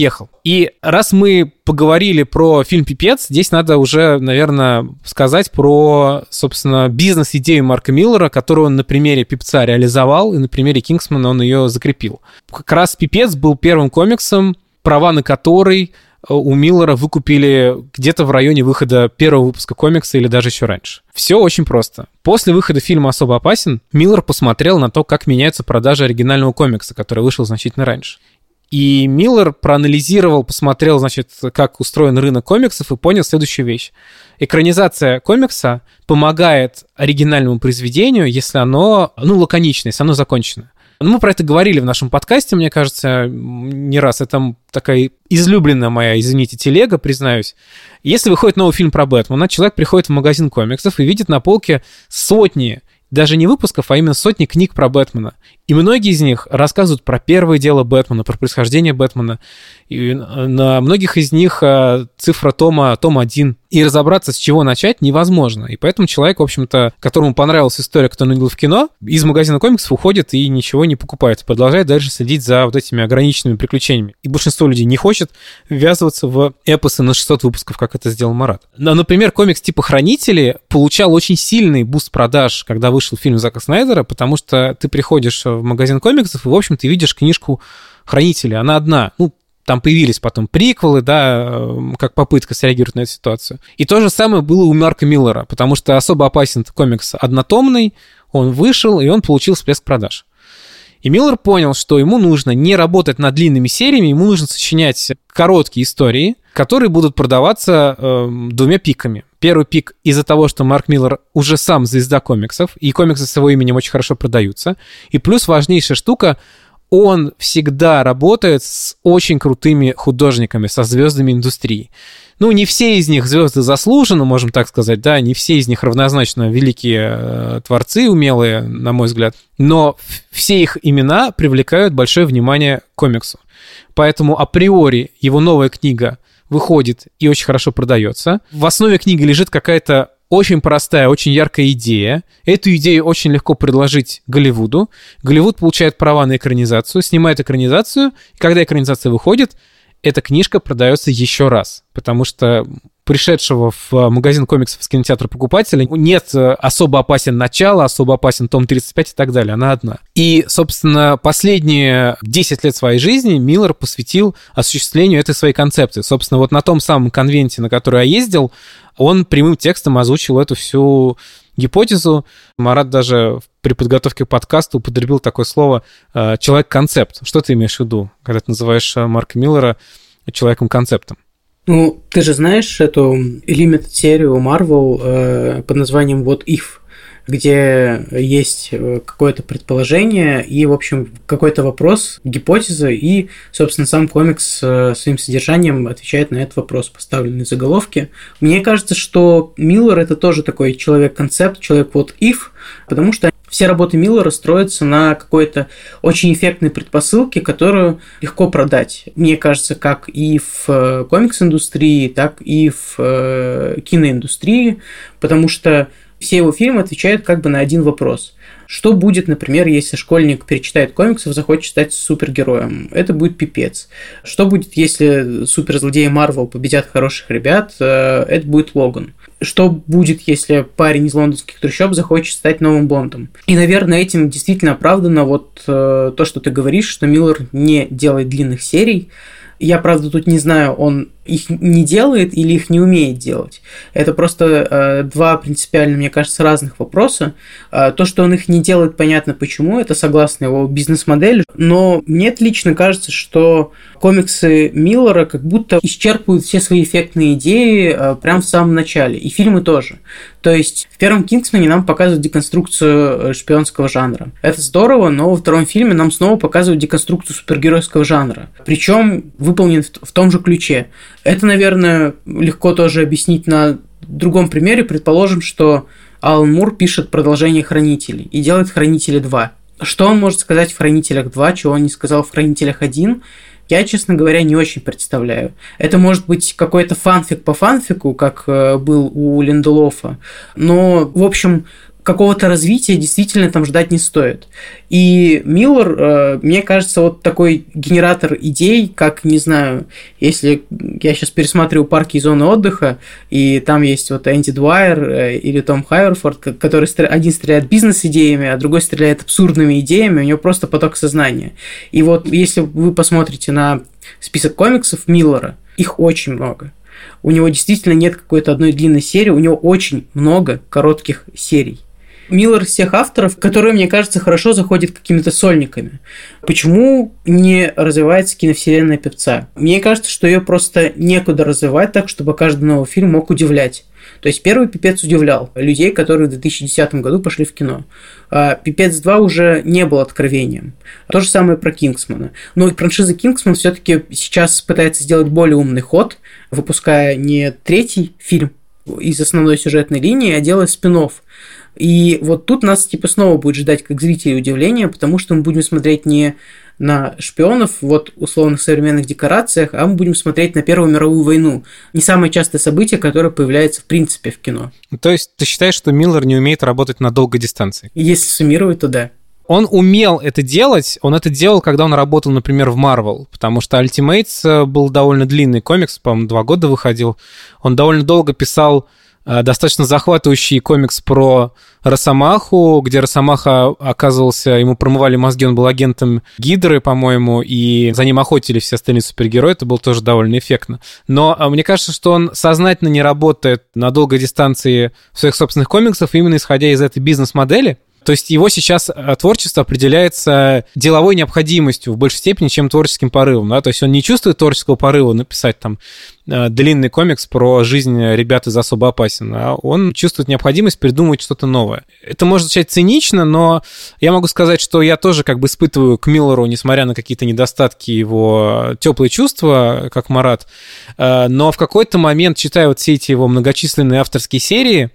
уехал. И раз мы поговорили про фильм «Пипец», здесь надо уже, наверное, сказать про, собственно, бизнес-идею Марка Миллера, которую он на примере «Пипца» реализовал, и на примере «Кингсмана» он ее закрепил. Как раз «Пипец» был первым комиксом, права на который у Миллера выкупили где-то в районе выхода первого выпуска комикса или даже еще раньше. Все очень просто. После выхода фильма «Особо опасен» Миллер посмотрел на то, как меняются продажи оригинального комикса, который вышел значительно раньше. И Миллер проанализировал, посмотрел, значит, как устроен рынок комиксов и понял следующую вещь. Экранизация комикса помогает оригинальному произведению, если оно, ну, лаконично, если оно закончено. Мы про это говорили в нашем подкасте, мне кажется, не раз. Это такая излюбленная моя, извините, телега, признаюсь. Если выходит новый фильм про Бэтмена, человек приходит в магазин комиксов и видит на полке сотни, даже не выпусков, а именно сотни книг про Бэтмена. И многие из них рассказывают про первое дело Бэтмена, про происхождение Бэтмена. И на многих из них цифра тома, том один. И разобраться, с чего начать, невозможно. И поэтому человек, в общем-то, которому понравилась история, которую он видел в кино, из магазина комиксов уходит и ничего не покупает. Продолжает дальше следить за вот этими ограниченными приключениями. И большинство людей не хочет ввязываться в эпосы на шестьсот выпусков, как это сделал Марат. Но, например, комикс типа «Хранители» получал очень сильный буст продаж, когда вышел фильм Зака Снайдера, потому что ты приходишь в магазин комиксов и, в общем, ты видишь книжку «Хранители». Она одна. Ну, там появились потом приквелы, да, как попытка среагировать на эту ситуацию. И то же самое было у Марка Миллера, потому что «Особо опасен» комикс однотомный, он вышел, и он получил всплеск продаж. И Миллер понял, что ему нужно не работать над длинными сериями, ему нужно сочинять короткие истории, которые будут продаваться э, двумя пиками. Первый пик из-за того, что Марк Миллер уже сам звезда комиксов, и комиксы с его именем очень хорошо продаются. И плюс важнейшая штука — он всегда работает с очень крутыми художниками, со звездами индустрии. Ну, не все из них звезды заслуженно, можем так сказать, да, не все из них равнозначно великие э, творцы, умелые, на мой взгляд, но все их имена привлекают большое внимание к комиксу. Поэтому априори его новая книга выходит и очень хорошо продается. В основе книги лежит какая-то очень простая, очень яркая идея. Эту идею очень легко предложить Голливуду. Голливуд получает права на экранизацию, снимает экранизацию, и когда экранизация выходит, эта книжка продается еще раз, потому что пришедшего в магазин комиксов с кинотеатра покупателя нет «Особо опасен» начало, «Особо опасен» том тридцать пять и так далее, она одна. И, собственно, последние десять лет своей жизни Миллер посвятил осуществлению этой своей концепции. Собственно, вот на том самом конвенте, на который я ездил, он прямым текстом озвучил эту всю гипотезу. Марат даже при подготовке к подкасту употребил такое слово «человек-концепт». Что ты имеешь в виду, когда ты называешь Марка Миллера человеком-концептом? Ну, ты же знаешь эту лимит-серию Marvel э, под названием What If, где есть какое-то предположение и, в общем, какой-то вопрос, гипотеза, и, собственно, сам комикс своим содержанием отвечает на этот вопрос, поставленный в заголовке. Мне кажется, что Миллер — это тоже такой человек-концепт, человек What If, потому что все работы Миллера строятся на какой-то очень эффектной предпосылке, которую легко продать. Мне кажется, как и в комикс-индустрии, так и в киноиндустрии, потому что все его фильмы отвечают как бы на один вопрос. Что будет, например, если школьник перечитает комиксов, захочет стать супергероем? Это будет пипец. Что будет, если суперзлодеи Марвел победят хороших ребят? Это будет Логан. Что будет, если парень из лондонских трущоб захочет стать новым Бондом? И, наверное, этим действительно оправдано вот то, что ты говоришь, что Миллер не делает длинных серий. Я, правда, тут не знаю, он их не делает или их не умеет делать. Это просто э, два принципиально, мне кажется, разных вопроса. Э, то, что он их не делает, понятно почему, это согласно его бизнес-модели, но мне лично кажется, что комиксы Миллера как будто исчерпывают все свои эффектные идеи э, прямо в самом начале, и фильмы тоже. То есть в первом «Кингсмане» нам показывают деконструкцию шпионского жанра. Это здорово, но во втором фильме нам снова показывают деконструкцию супергеройского жанра. Причем выполнен в том же ключе. Это, наверное, легко тоже объяснить на другом примере. Предположим, что Алан Мур пишет продолжение «Хранителей» и делает «Хранители два». Что он может сказать в «Хранителях два», чего он не сказал в «Хранителях один», я, честно говоря, не очень представляю. Это может быть какой-то фанфик по фанфику, как был у Линделофа. Но, в общем, какого-то развития действительно там ждать не стоит. И Миллер, мне кажется, вот такой генератор идей, как, не знаю, если я сейчас пересматриваю «Парки и зоны отдыха», и там есть вот Энди Дуайер или Том Хайверфорд, который один стреляет бизнес-идеями, а другой стреляет абсурдными идеями, у него просто поток сознания. И вот если вы посмотрите на список комиксов Миллера, их очень много. У него действительно нет какой-то одной длинной серии, у него очень много коротких серий. Миллер из тех авторов, которые, мне кажется, хорошо заходят какими-то сольниками. Почему не развивается киновселенная Певца? Мне кажется, что ее просто некуда развивать так, чтобы каждый новый фильм мог удивлять. То есть первый «Пипец» удивлял людей, которые в две тысячи десятом году пошли в кино. А «Пипец два» уже не был откровением. То же самое про «Кингсмана». Но франшиза «Кингсман» все-таки сейчас пытается сделать более умный ход, выпуская не третий фильм из основной сюжетной линии, а делая спин-офф. И вот тут нас типа снова будет ждать как зрителей удивления, потому что мы будем смотреть не на шпионов в вот условных современных декорациях, а мы будем смотреть на Первую мировую войну. Не самое частое событие, которое появляется в принципе в кино. То есть ты считаешь, что Миллер не умеет работать на долгой дистанции? Если суммировать, то да. Он умел это делать, он это делал, когда он работал, например, в Marvel, потому что Ultimates был довольно длинный комикс, по-моему, два года выходил. Он довольно долго писал достаточно захватывающий комикс про Росомаху, где Росомаха оказывался, ему промывали мозги, он был агентом Гидры, по-моему, и за ним охотились все остальные супергерои, это было тоже довольно эффектно. Но мне кажется, что он сознательно не работает на долгой дистанции в своих собственных комиксах, именно исходя из этой бизнес-модели. То есть его сейчас творчество определяется деловой необходимостью в большей степени, чем творческим порывом. Да? То есть он не чувствует творческого порыва написать там длинный комикс про жизнь ребят из «Особо опасен», а он чувствует необходимость придумывать что-то новое. Это может звучать цинично, но я могу сказать, что я тоже как бы испытываю к Миллеру, несмотря на какие-то недостатки, его теплые чувства, как Марат. Но в какой-то момент, читая вот все эти его многочисленные авторские серии,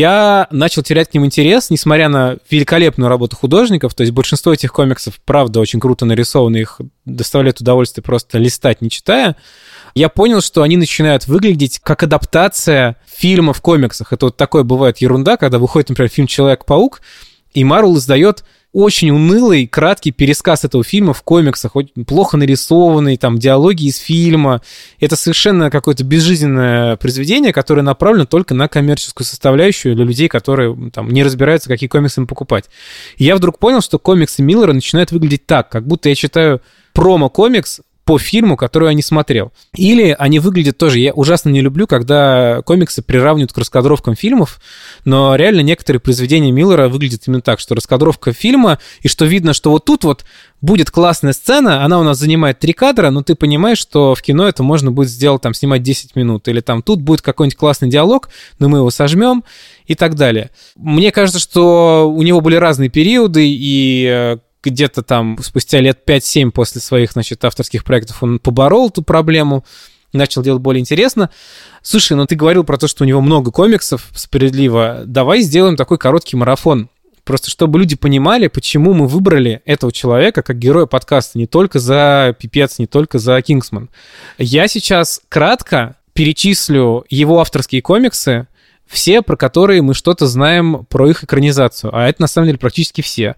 я начал терять к ним интерес, несмотря на великолепную работу художников. То есть большинство этих комиксов, правда, очень круто нарисованы, их доставляет удовольствие просто листать, не читая. Я понял, что они начинают выглядеть как адаптация фильма в комиксах. Это вот такое бывает ерунда, когда выходит, например, фильм «Человек-паук», и Marvel издает очень унылый, краткий пересказ этого фильма в комиксах, плохо нарисованный, там, диалоги из фильма. Это совершенно какое-то безжизненное произведение, которое направлено только на коммерческую составляющую для людей, которые там не разбираются, какие комиксы им покупать. И я вдруг понял, что комиксы Миллера начинают выглядеть так, как будто я читаю промо-комикс по фильму, который я не смотрел. Или они выглядят тоже... Я ужасно не люблю, когда комиксы приравнивают к раскадровкам фильмов, но реально некоторые произведения Миллера выглядят именно так, что раскадровка фильма, и что видно, что вот тут вот будет классная сцена, она у нас занимает три кадра, но ты понимаешь, что в кино это можно будет сделать, там, снимать десять минут, или там тут будет какой-нибудь классный диалог, но мы его сожмем, и так далее. Мне кажется, что у него были разные периоды, и где-то там спустя лет пять-семь после своих, значит, авторских проектов он поборол эту проблему, начал делать более интересно. Слушай, ну ты говорил про то, что у него много комиксов, справедливо. Давай сделаем такой короткий марафон. Просто чтобы люди понимали, почему мы выбрали этого человека как героя подкаста не только за «Пипец», не только за «Кингсман». Я сейчас кратко перечислю его авторские комиксы, все, про которые мы что-то знаем про их экранизацию. А это, на самом деле, практически все.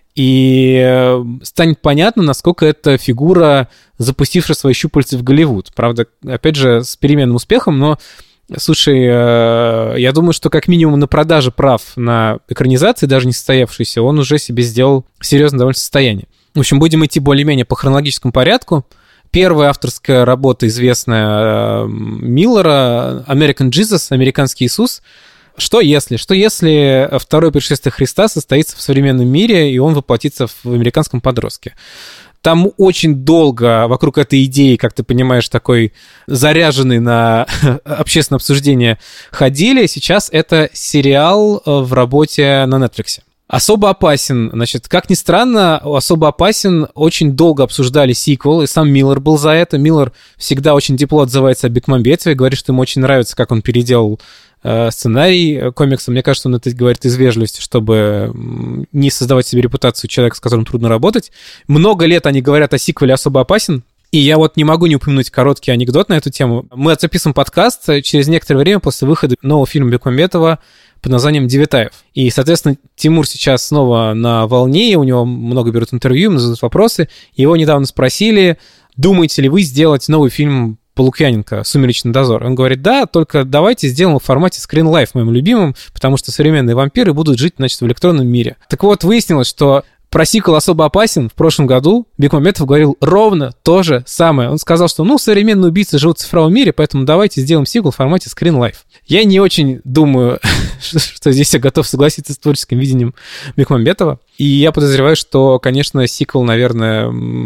И станет понятно, насколько это фигура, запустившая свои щупальцы в Голливуд. Правда, опять же, с переменным успехом, но, слушай, я думаю, что как минимум на продаже прав на экранизации, даже не состоявшейся, он уже себе сделал серьезное довольно состояние. В общем, будем идти более-менее по хронологическому порядку. Первая авторская работа, известная Миллера, «American Jesus», «Американский Иисус». Что если? Что если второе пришествие Христа состоится в современном мире, и он воплотится в американском подростке? Там очень долго вокруг этой идеи, как ты понимаешь, такой заряженный на общественное обсуждение ходили. Сейчас это сериал в работе на Netflix. «Особо опасен». Значит, как ни странно, «Особо опасен» очень долго обсуждали сиквел, и сам Миллер был за это. Миллер всегда очень тепло отзывается о Бекмамбетове, говорит, что ему очень нравится, как он переделал сценарий комикса. Мне кажется, он это говорит из вежливости, чтобы не создавать себе репутацию человека, с которым трудно работать. Много лет они говорят о сиквеле «Особо опасен». И я вот не могу не упомянуть короткий анекдот на эту тему. Мы записываем подкаст через некоторое время после выхода нового фильма Бекмамбетова под названием «Девятаев». И, соответственно, Тимур сейчас снова на волне, у него много берут интервью, ему задают вопросы. Его недавно спросили, думаете ли вы сделать новый фильм по Лукьяненко «Сумеречный дозор». Он говорит, да, только давайте сделаем в формате Screen Life, моим любимым, потому что современные вампиры будут жить, значит, в электронном мире. Так вот, выяснилось, что про сиквел «Особо опасен» в прошлом году Бекмамбетов говорил ровно то же самое. Он сказал, что, ну, современные убийцы живут в цифровом мире, поэтому давайте сделаем сиквел в формате Screen Life. Я не очень думаю, что здесь я готов согласиться с творческим видением Бекмамбетова. И я подозреваю, что, конечно, сиквел, наверное,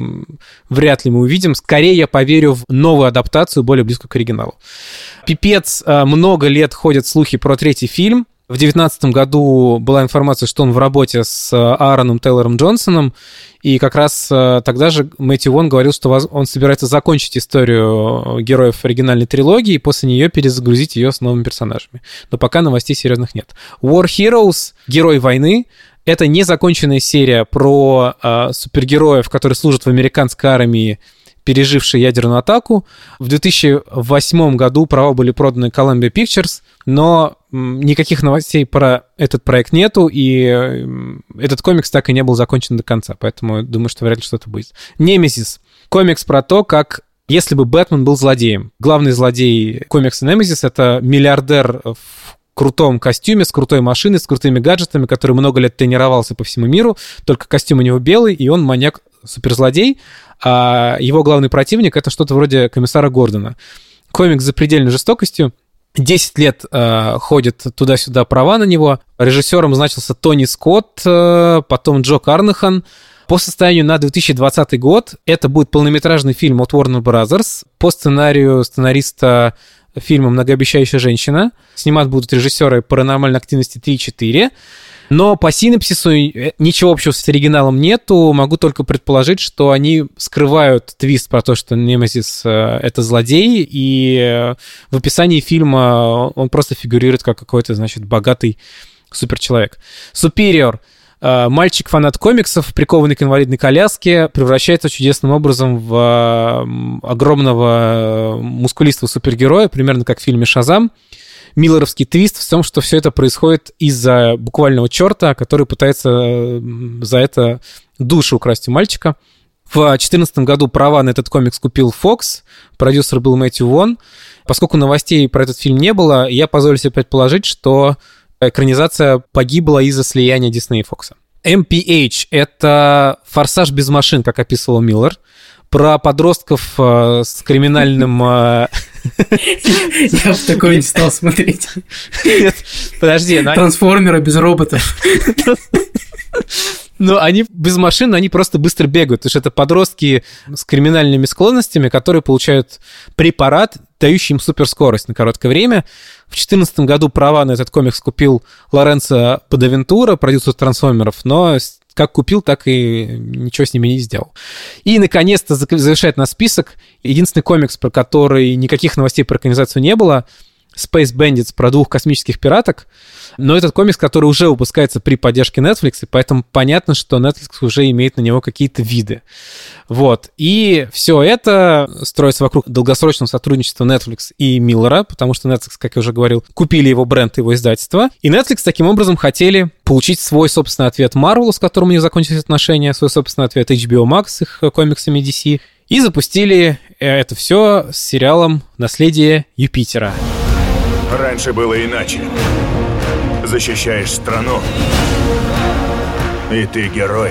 вряд ли мы увидим. Скорее я поверю в новую адаптацию, более близкую к оригиналу. Пипец, много лет ходят слухи про третий фильм. В две тысячи девятнадцатом году была информация, что он в работе с Аароном Тейлором Джонсоном, и как раз тогда же Мэтью Вон говорил, что он собирается закончить историю героев оригинальной трилогии и после нее перезагрузить ее с новыми персонажами. Но пока новостей серьезных нет. War Heroes, Герой войны, это незаконченная серия про э, супергероев, которые служат в американской армии, пережившие ядерную атаку. В две тысячи восьмом году права были проданы Columbia Pictures, но никаких новостей про этот проект нету, и этот комикс так и не был закончен до конца, поэтому думаю, что вряд ли что-то будет. Немезис. Комикс про то, как если бы Бэтмен был злодеем. Главный злодей комикса Немезис — это миллиардер в крутом костюме, с крутой машиной, с крутыми гаджетами, который много лет тренировался по всему миру, только костюм у него белый, и он маньяк-суперзлодей, а его главный противник — это что-то вроде комиссара Гордона. Комикс с запредельной жестокостью. Десять лет э, ходят туда-сюда права на него. Режиссером значился Тони Скотт, э, потом Джо Карнахан. По состоянию на две тысячи двадцатый год это будет полнометражный фильм от Warner Brothers по сценарию сценариста фильма «Многообещающая женщина». Снимать будут режиссеры «Паранормальной активности три» и четыре. Но по синопсису ничего общего с оригиналом нету. Могу только предположить, что они скрывают твист про то, что Немезис — это злодей, и в описании фильма он просто фигурирует как какой-то, значит, богатый суперчеловек. Superior. Мальчик-фанат комиксов, прикованный к инвалидной коляске, превращается чудесным образом в огромного мускулистого супергероя, примерно как в фильме «Шазам». Миллеровский твист в том, что все это происходит из-за буквального черта, который пытается за это душу украсть у мальчика. В две тысячи четырнадцатом году права на этот комикс купил Fox, продюсер был Мэтью Вон. Поскольку новостей про этот фильм не было, я позволю себе предположить, что экранизация погибла из-за слияния Диснея и Фокса. эм пи эйч — это «Форсаж без машин», как описывал Миллер, про подростков э, с криминальным... Э... Я бы такое не стал смотреть. Нет, подожди. Трансформеры без роботов. Ну, они без машин, они просто быстро бегают, потому что это подростки с криминальными склонностями, которые получают препарат, дающий им суперскорость на короткое время. В две тысячи четырнадцатом году права на этот комикс купил Лоренцо Бодавентура, продюсер «Трансформеров», но как купил, так и ничего с ними не сделал. И, наконец-то, завершает наш список единственный комикс, про который никаких новостей про экранизацию не было, Space Bandits, про двух космических пираток. Но этот комикс, который уже выпускается при поддержке Netflix, и поэтому понятно, что Netflix уже имеет на него какие-то виды. Вот. И все это строится вокруг долгосрочного сотрудничества Netflix и Миллера, потому что Netflix, как я уже говорил, купили его бренд, его издательство. И Netflix таким образом хотели получить свой собственный ответ Marvel, с которым у них закончились отношения, свой собственный ответ эйч би о Max с их комиксами ди си. И запустили это все с сериалом «Наследие Юпитера». Раньше было иначе. Защищаешь страну, и ты герой.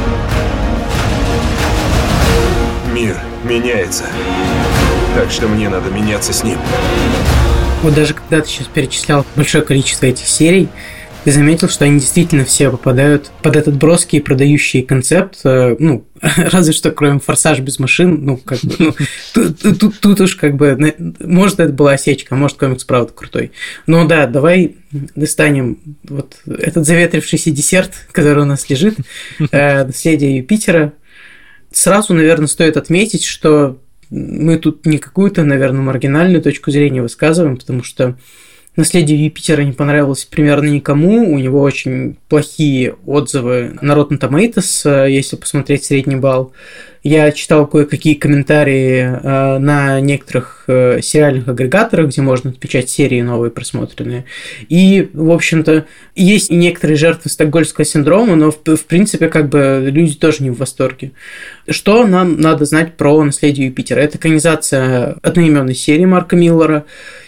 Мир меняется, так что мне надо меняться с ним. Вот даже когда ты сейчас перечислял большое количество этих серий, ты заметил, что они действительно все попадают под этот броский продающий концепт, ну, разве что кроме «Форсаж без машин», ну, как бы, ну, тут, тут, тут уж как бы, может, это была осечка, а может, комикс правда крутой. Но да, давай достанем вот этот заветрившийся десерт, который у нас лежит, «Наследие Юпитера». Сразу, наверное, стоит отметить, что мы тут не какую-то, наверное, маргинальную точку зрения высказываем, потому что «Наследие Юпитера» не понравилось примерно никому. У него очень плохие отзывы на Rotten Tomatoes, если посмотреть средний балл. Я читал кое-какие комментарии э, на некоторых э, сериальных агрегаторах, где можно отмечать серии новые просмотренные. И, в общем-то, есть и некоторые жертвы стокгольмского синдрома, но, в, в принципе, как бы люди тоже не в восторге. Что нам надо знать про «Наследие Юпитера»? Это экранизация одноименной серии Марка Миллера.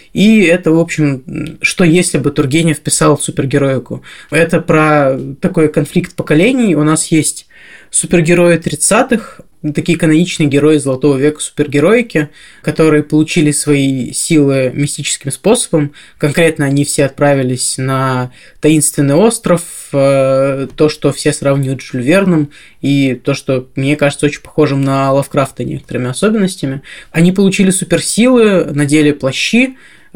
И это, в общем, что если бы Тургенев писал супергероику? Это про такой конфликт поколений. У нас есть супергерои тридцатых, такие каноничные герои Золотого века супергероики, которые получили свои силы мистическим способом. Конкретно они все отправились на таинственный остров, то, что все сравнивают с Жюль Верном, и то, что, мне кажется, очень похожим на Лавкрафта некоторыми особенностями. Они получили суперсилы, надели плащи,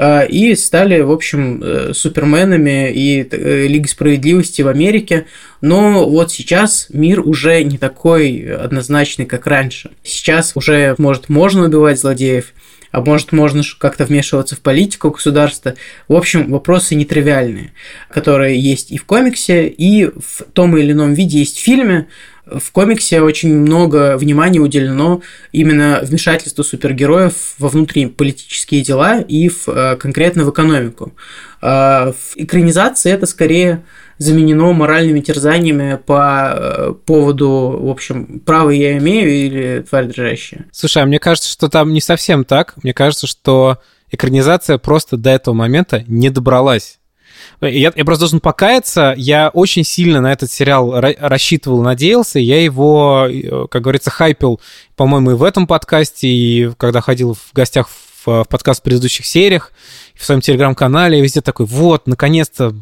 и стали, в общем, суперменами и Лигой справедливости в Америке. Но вот сейчас мир уже не такой однозначный, как раньше. Сейчас уже, может, можно убивать злодеев, а может, можно как-то вмешиваться в политику государства. В общем, вопросы нетривиальные, которые есть и в комиксе, и в том или ином виде есть в фильме. В комиксе очень много внимания уделено именно вмешательству супергероев во внутренние политические дела и в, конкретно в экономику. В экранизации это скорее заменено моральными терзаниями по поводу, в общем, право я имею или тварь дрожащая. Слушай, а мне кажется, что там не совсем так. Мне кажется, что экранизация просто до этого момента не добралась. Я, я просто должен покаяться, я очень сильно на этот сериал рассчитывал, надеялся, я его, как говорится, хайпил, по-моему, и в этом подкасте, и когда ходил в гостях в, в подкаст в предыдущих сериях, в своем телеграм-канале, везде такой, вот, наконец-то,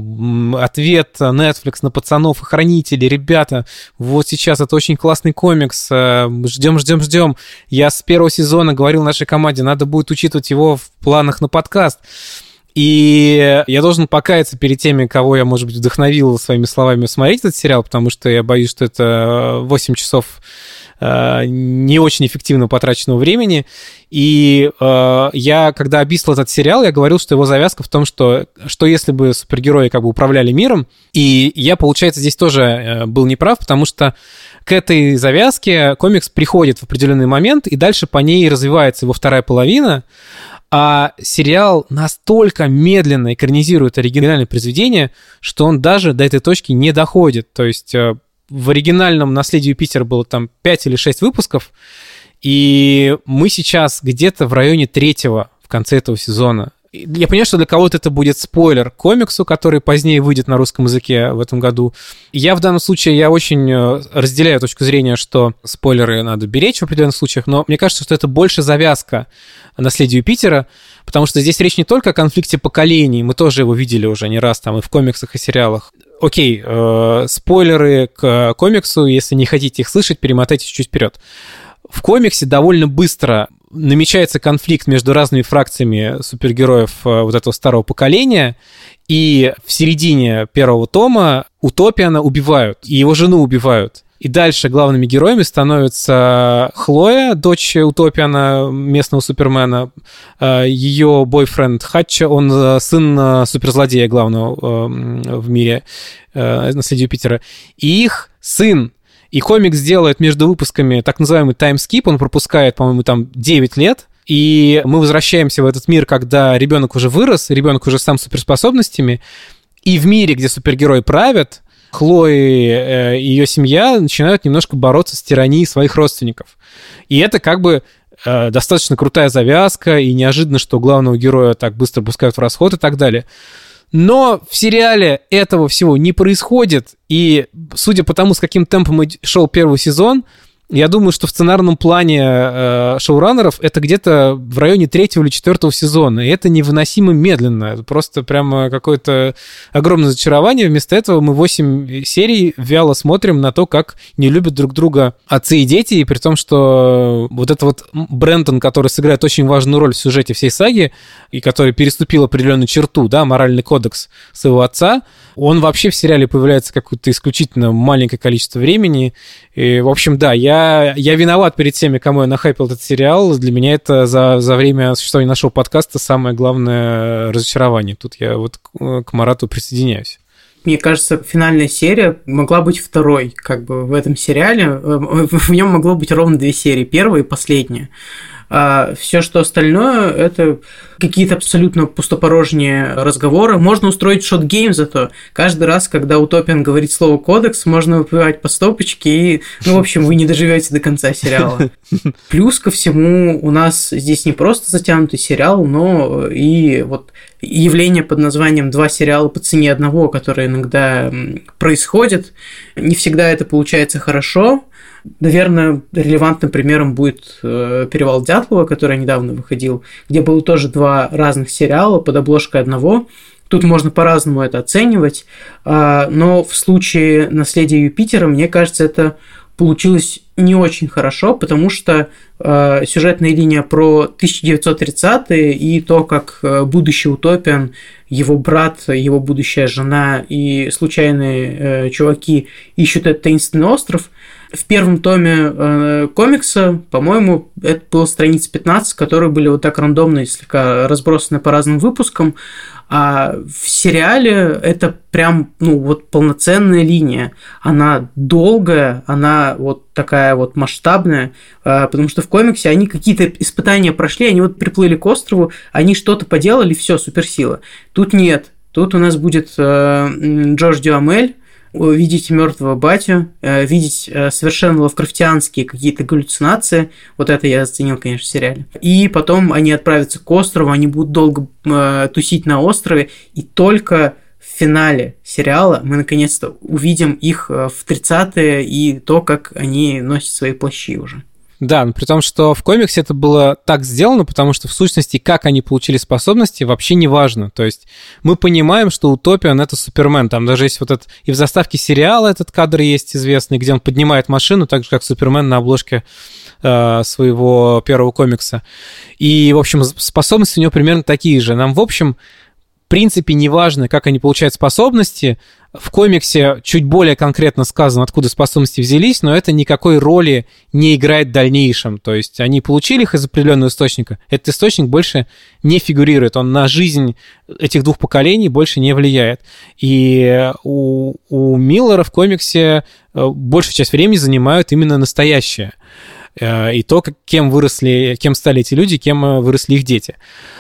ответ Netflix на пацанов и хранителей, ребята, вот сейчас это очень классный комикс, ждем, ждем, ждем. Я с первого сезона говорил нашей команде, надо будет учитывать его в планах на подкаст. И я должен покаяться перед теми, кого я, может быть, вдохновил своими словами смотреть этот сериал, потому что я боюсь, что это восемь часов э, не очень эффективно потраченного времени. И э, я, когда описывал этот сериал, я говорил, что его завязка в том, что, что если бы супергерои как бы управляли миром, и я, получается, здесь тоже был неправ, потому что к этой завязке комикс приходит в определенный момент, и дальше по ней развивается его вторая половина, а сериал настолько медленно экранизирует оригинальное произведение, что он даже до этой точки не доходит. То есть в оригинальном «Наследии Юпитера» было там пять или шесть выпусков, и мы сейчас где-то в районе третьего в конце этого сезона. Я понимаю, что для кого-то это будет спойлер к комиксу, который позднее выйдет на русском языке в этом году. Я в данном случае, я очень разделяю точку зрения, что спойлеры надо беречь в определенных случаях, но мне кажется, что это больше завязка «Наследию Юпитера», потому что здесь речь не только о конфликте поколений, мы тоже его видели уже не раз там и в комиксах, и сериалах. Окей, э, спойлеры к комиксу, если не хотите их слышать, перемотайте чуть вперед. В комиксе довольно быстро намечается конфликт между разными фракциями супергероев вот этого старого поколения, и в середине первого тома Утопиана убивают, и его жену убивают. И дальше главными героями становятся Хлоя, дочь Утопиана, местного Супермена, ее бойфренд Хатча, он сын суперзлодея главного в мире, «Наследие Юпитера», и их сын. И комикс делает между выпусками так называемый таймскип, он пропускает, по-моему, там девять лет, и мы возвращаемся в этот мир, когда ребенок уже вырос, ребенок уже сам с суперспособностями, и в мире, где супергерои правят, Хлои и ее семья начинают немножко бороться с тиранией своих родственников. И это как бы достаточно крутая завязка, и неожиданно, что главного героя так быстро пускают в расход и так далее. Но в сериале этого всего не происходит, и судя по тому, с каким темпом шел первый сезон, я думаю, что в сценарном плане э, шоураннеров это где-то в районе третьего или четвертого сезона, и это невыносимо медленно, это просто прямо какое-то огромное разочарование. Вместо этого мы восемь серий вяло смотрим на то, как не любят друг друга отцы и дети, и при том, что вот этот вот Брентон, который сыграет очень важную роль в сюжете всей саги, и который переступил определенную черту, да, моральный кодекс своего отца, он вообще в сериале появляется какое-то исключительно маленькое количество времени, и, в общем, да, я я, я виноват перед теми, кому я нахайпил этот сериал. Для меня это за, за время существования нашего подкаста самое главное разочарование. Тут я вот к, к Марату присоединяюсь. Мне кажется, финальная серия могла быть второй, как бы в этом сериале. В нем могло быть ровно две серии, первая и последняя. А все, что остальное, это какие-то абсолютно пустопорожние разговоры. Можно устроить шот-гейм зато. Каждый раз, когда Утопиан говорит слово «кодекс», можно выпивать по стопочке, и, ну, в общем, вы не доживете до конца сериала. Плюс ко всему, у нас здесь не просто затянутый сериал, но и вот явление под названием «Два сериала по цене одного», которое иногда происходит. Не всегда это получается хорошо. Наверное, релевантным примером будет «Перевал Дятлова», который недавно выходил, где было тоже два разных сериала под обложкой одного. Тут можно по-разному это оценивать, но в случае «Наследия Юпитера», мне кажется, это получилось не очень хорошо, потому что сюжетная линия про тысяча девятьсот тридцатые и то, как будущий Утопиан, его брат, его будущая жена и случайные чуваки ищут этот таинственный остров. В первом томе э, комикса, по-моему, это было страниц пятнадцать, которые были вот так рандомно и слегка разбросаны по разным выпускам. А в сериале это прям, ну, вот полноценная линия. Она долгая, она вот такая вот масштабная, э, потому что в комиксе они какие-то испытания прошли, они вот приплыли к острову, они что-то поделали, все, суперсила. Тут нет. Тут у нас будет э, Джордж Дюамель, видеть мертвого батю, видеть совершенно лавкрафтианские какие-то галлюцинации. Вот это я оценил, конечно, в сериале. И потом они отправятся к острову, они будут долго тусить на острове, и только в финале сериала мы наконец-то увидим их в тридцатые и то, как они носят свои плащи уже. Да, но при том, что в комиксе это было так сделано, потому что в сущности, как они получили способности, вообще не важно. То есть мы понимаем, что Утопиан — это Супермен. Там даже есть вот этот... И в заставке сериала этот кадр есть известный, где он поднимает машину, так же, как Супермен на обложке э, своего первого комикса. И, в общем, способности у него примерно такие же. Нам, в общем, в принципе, не важно, как они получают способности. В комиксе чуть более конкретно сказано, откуда способности взялись, но это никакой роли не играет в дальнейшем. То есть они получили их из определенного источника, этот источник больше не фигурирует, он на жизнь этих двух поколений больше не влияет. И у, у Миллера в комиксе большую часть времени занимают именно настоящее. И то, кем выросли, кем стали эти люди, кем выросли их дети.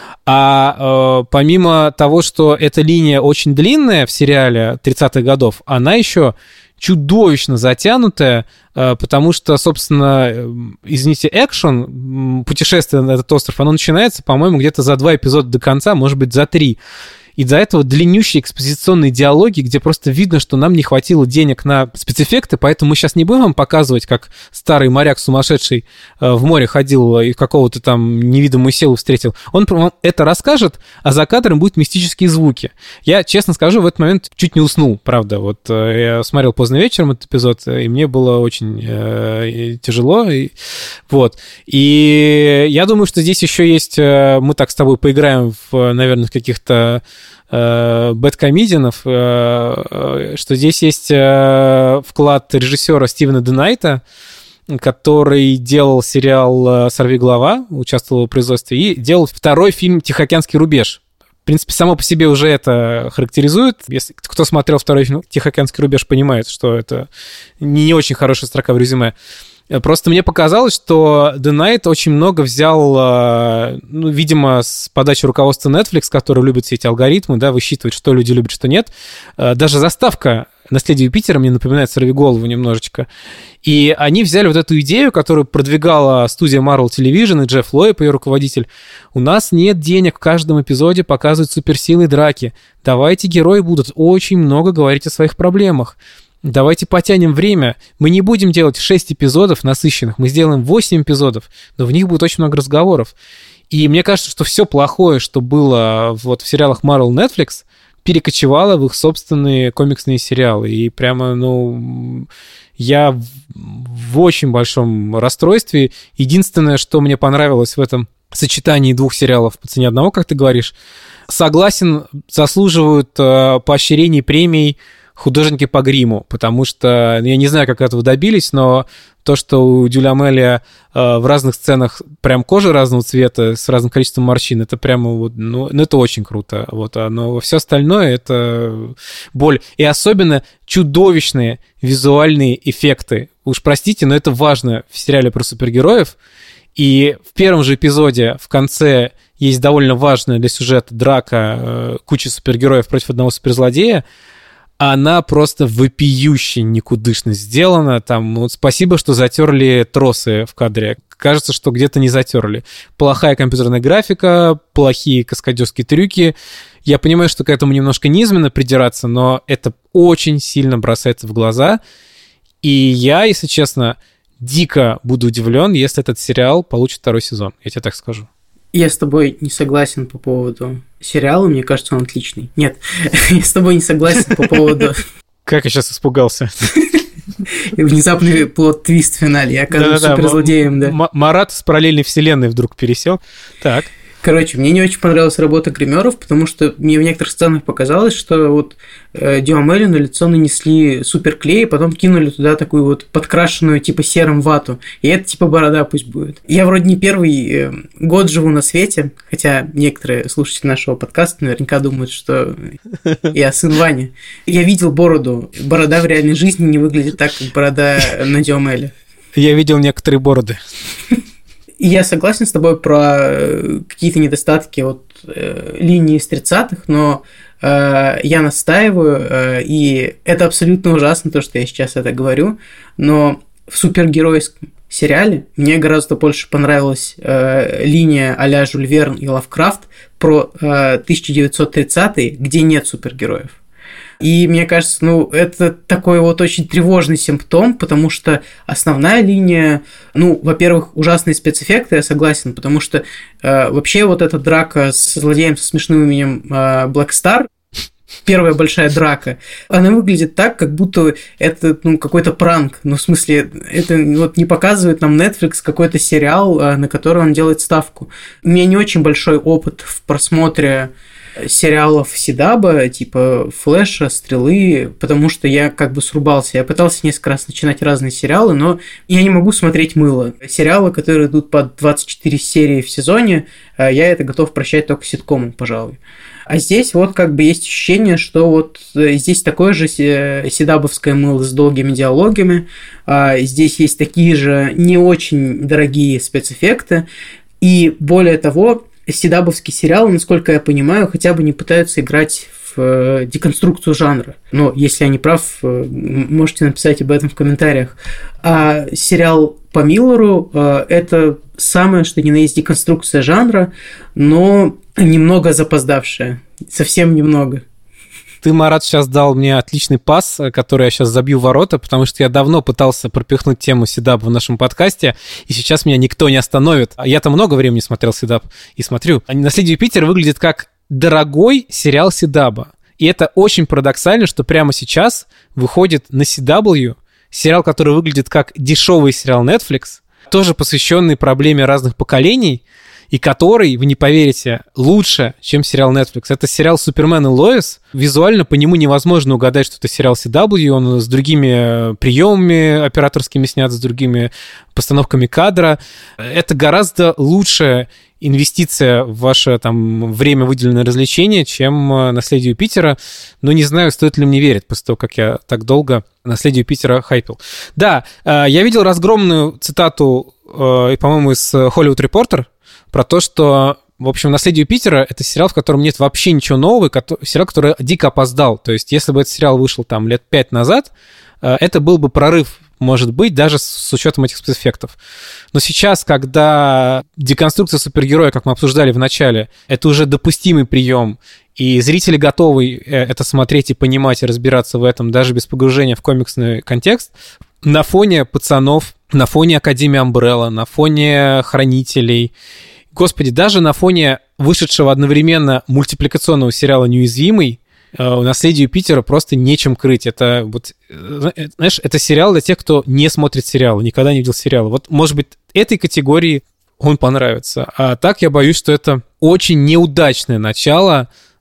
А э, помимо того, что эта линия очень длинная в сериале тридцатых годов, она еще чудовищно затянутая, э, потому что, собственно, э, извините, экшен, путешествие на этот остров, оно начинается, по-моему, где-то за два эпизода до конца, может быть, за три. Из-за этого длиннющие экспозиционные диалоги, где просто видно, что нам не хватило денег на спецэффекты, поэтому мы сейчас не будем вам показывать, как старый моряк сумасшедший в море ходил и какого-то там невидимую силу встретил. Он вам это расскажет, а за кадром будут мистические звуки. Я, честно скажу, в этот момент чуть не уснул, правда. Вот я смотрел поздно вечером этот эпизод, и мне было очень э, тяжело. И, вот. И я думаю, что здесь еще есть... Мы так с тобой поиграем, в, наверное, в каких-то бэдкомедианов, что здесь есть вклад режиссера Стивена Денайта, который делал сериал «Сорвиголова», участвовал в производстве, и делал второй фильм «Тихоокеанский рубеж». В принципе, само по себе уже это характеризует. Если кто смотрел второй фильм «Тихоокеанский рубеж», понимает, что это не очень хорошая строка в резюме. Просто мне показалось, что The Knight очень много взял, ну, видимо, с подачи руководства Netflix, который любит все эти алгоритмы, да, высчитывать, что люди любят, что нет. Даже заставка «Наследие Юпитера» мне напоминает «Сорвиголову» немножечко. И они взяли вот эту идею, которую продвигала студия Marvel Television и Джефф Лоеб, ее руководитель. У нас нет денег в каждом эпизоде показывать суперсилы и драки. Давайте герои будут очень много говорить о своих проблемах. Давайте потянем время. Мы не будем делать шесть эпизодов насыщенных, мы сделаем восемь эпизодов, но в них будет очень много разговоров. И мне кажется, что все плохое, что было вот в сериалах Marvel Netflix, перекочевало в их собственные комиксные сериалы. И прямо, ну, я в очень большом расстройстве. Единственное, что мне понравилось в этом сочетании двух сериалов по цене одного, как ты говоришь, согласен, заслуживают поощрений, премий художники по гриму, потому что я не знаю, как этого добились, но то, что у Дюлямеля э, в разных сценах прям кожа разного цвета с разным количеством морщин, это прямо вот, ну, ну это очень круто. Вот, а, но все остальное это боль. И особенно чудовищные визуальные эффекты. Уж простите, но это важно в сериале про супергероев. И в первом же эпизоде в конце есть довольно важная для сюжета драка э, кучи супергероев против одного суперзлодея. Она просто вопиюще никудышно сделана. Там, вот спасибо, что затерли тросы в кадре. Кажется, что где-то не затерли. Плохая компьютерная графика, плохие каскадерские трюки. Я понимаю, что к этому немножко низменно придираться, но это очень сильно бросается в глаза. И я, если честно, дико буду удивлен, если этот сериал получит второй сезон. Я тебе так скажу. Я с тобой не согласен по поводу сериала, мне кажется, он отличный. Нет, я с тобой не согласен по поводу... Как я сейчас испугался. Внезапный плот-твист в финале, я оказываюсь суперзлодеем, да. Марат с параллельной вселенной вдруг пересел. Так. Короче, мне не очень понравилась работа гримеров, потому что мне в некоторых сценах показалось, что вот э, Дюамелю на лицо нанесли суперклей, потом кинули туда такую вот подкрашенную типа серым вату, и это типа борода пусть будет. Я вроде не первый э, год живу на свете, хотя некоторые слушатели нашего подкаста наверняка думают, что я сын Вани. Я видел бороду. Борода в реальной жизни не выглядит так, как борода на Дюамеле. Я видел некоторые бороды. И я согласен с тобой про какие-то недостатки вот, э, линии из тридцатых, но э, я настаиваю, э, и это абсолютно ужасно, то, что я сейчас это говорю, но в супергеройском сериале мне гораздо больше понравилась э, линия а-ля Жюль Верн и Лавкрафт про э, тысяча девятьсот тридцатые, где нет супергероев. И мне кажется, ну, это такой вот очень тревожный симптом, потому что основная линия, ну, во-первых, ужасные спецэффекты, я согласен, потому что э, вообще вот эта драка с злодеем со смешным именем э, Black Star, первая большая драка, она выглядит так, как будто это, ну, какой-то пранк. Ну, в смысле, это вот не показывает нам Netflix какой-то сериал, на который он делает ставку. У меня не очень большой опыт в просмотре сериалов Сидаба, типа Флэша, Стрелы, потому что я как бы срубался. Я пытался несколько раз начинать разные сериалы, но я не могу смотреть мыло. Сериалы, которые идут по двадцать четыре серии в сезоне, я это готов прощать только ситкомом, пожалуй. А здесь вот как бы есть ощущение, что вот здесь такое же сидабовское мыло с долгими диалогами, здесь есть такие же не очень дорогие спецэффекты, и более того, сидабовские сериалы, насколько я понимаю, хотя бы не пытаются играть в деконструкцию жанра. Но если я не прав, можете написать об этом в комментариях. А сериал по Миллеру – это самое, что ни на есть деконструкция жанра, но немного запоздавшая. Совсем немного. Ты, Марат, сейчас дал мне отличный пас, который я сейчас забью в ворота, потому что я давно пытался пропихнуть тему Сидаба в нашем подкасте, и сейчас меня никто не остановит. Я-то много времени смотрел Сидаб и смотрю. «Наследие Юпитера» выглядит как дорогой сериал Сидаба. И это очень парадоксально, что прямо сейчас выходит на си дабл ю сериал, который выглядит как дешевый сериал Netflix, тоже посвященный проблеме разных поколений, и который, вы не поверите, лучше, чем сериал Netflix. Это сериал «Супермен и Лоис». Визуально по нему невозможно угадать, что это сериал си дабл ю, он с другими приемами операторскими снят, с другими постановками кадра. Это гораздо лучшая инвестиция в ваше там время, выделенное развлечение, чем «Наследие Юпитера». Но не знаю, стоит ли мне верить после того, как я так долго «Наследие Юпитера» хайпил. Да, я видел разгромную цитату, по-моему, из Hollywood Reporter, про то, что, в общем, «Наследие Юпитера» — это сериал, в котором нет вообще ничего нового, сериал, который дико опоздал. То есть, если бы этот сериал вышел там лет пять назад, это был бы прорыв, может быть, даже с учетом этих спецэффектов. Но сейчас, когда деконструкция супергероя, как мы обсуждали в начале, это уже допустимый прием, и зрители готовы это смотреть и понимать, и разбираться в этом, даже без погружения в комиксный контекст, на фоне «Пацанов», на фоне «Академии Амбрелла», на фоне «Хранителей», господи, даже на фоне вышедшего одновременно мультипликационного сериала «Неуязвимый», у «Наследия Юпитера» просто нечем крыть. Это, вот, знаешь, это сериал для тех, кто не смотрит сериалы, никогда не видел сериала. Вот, может быть, этой категории он понравится. А так я боюсь, что это очень неудачное начало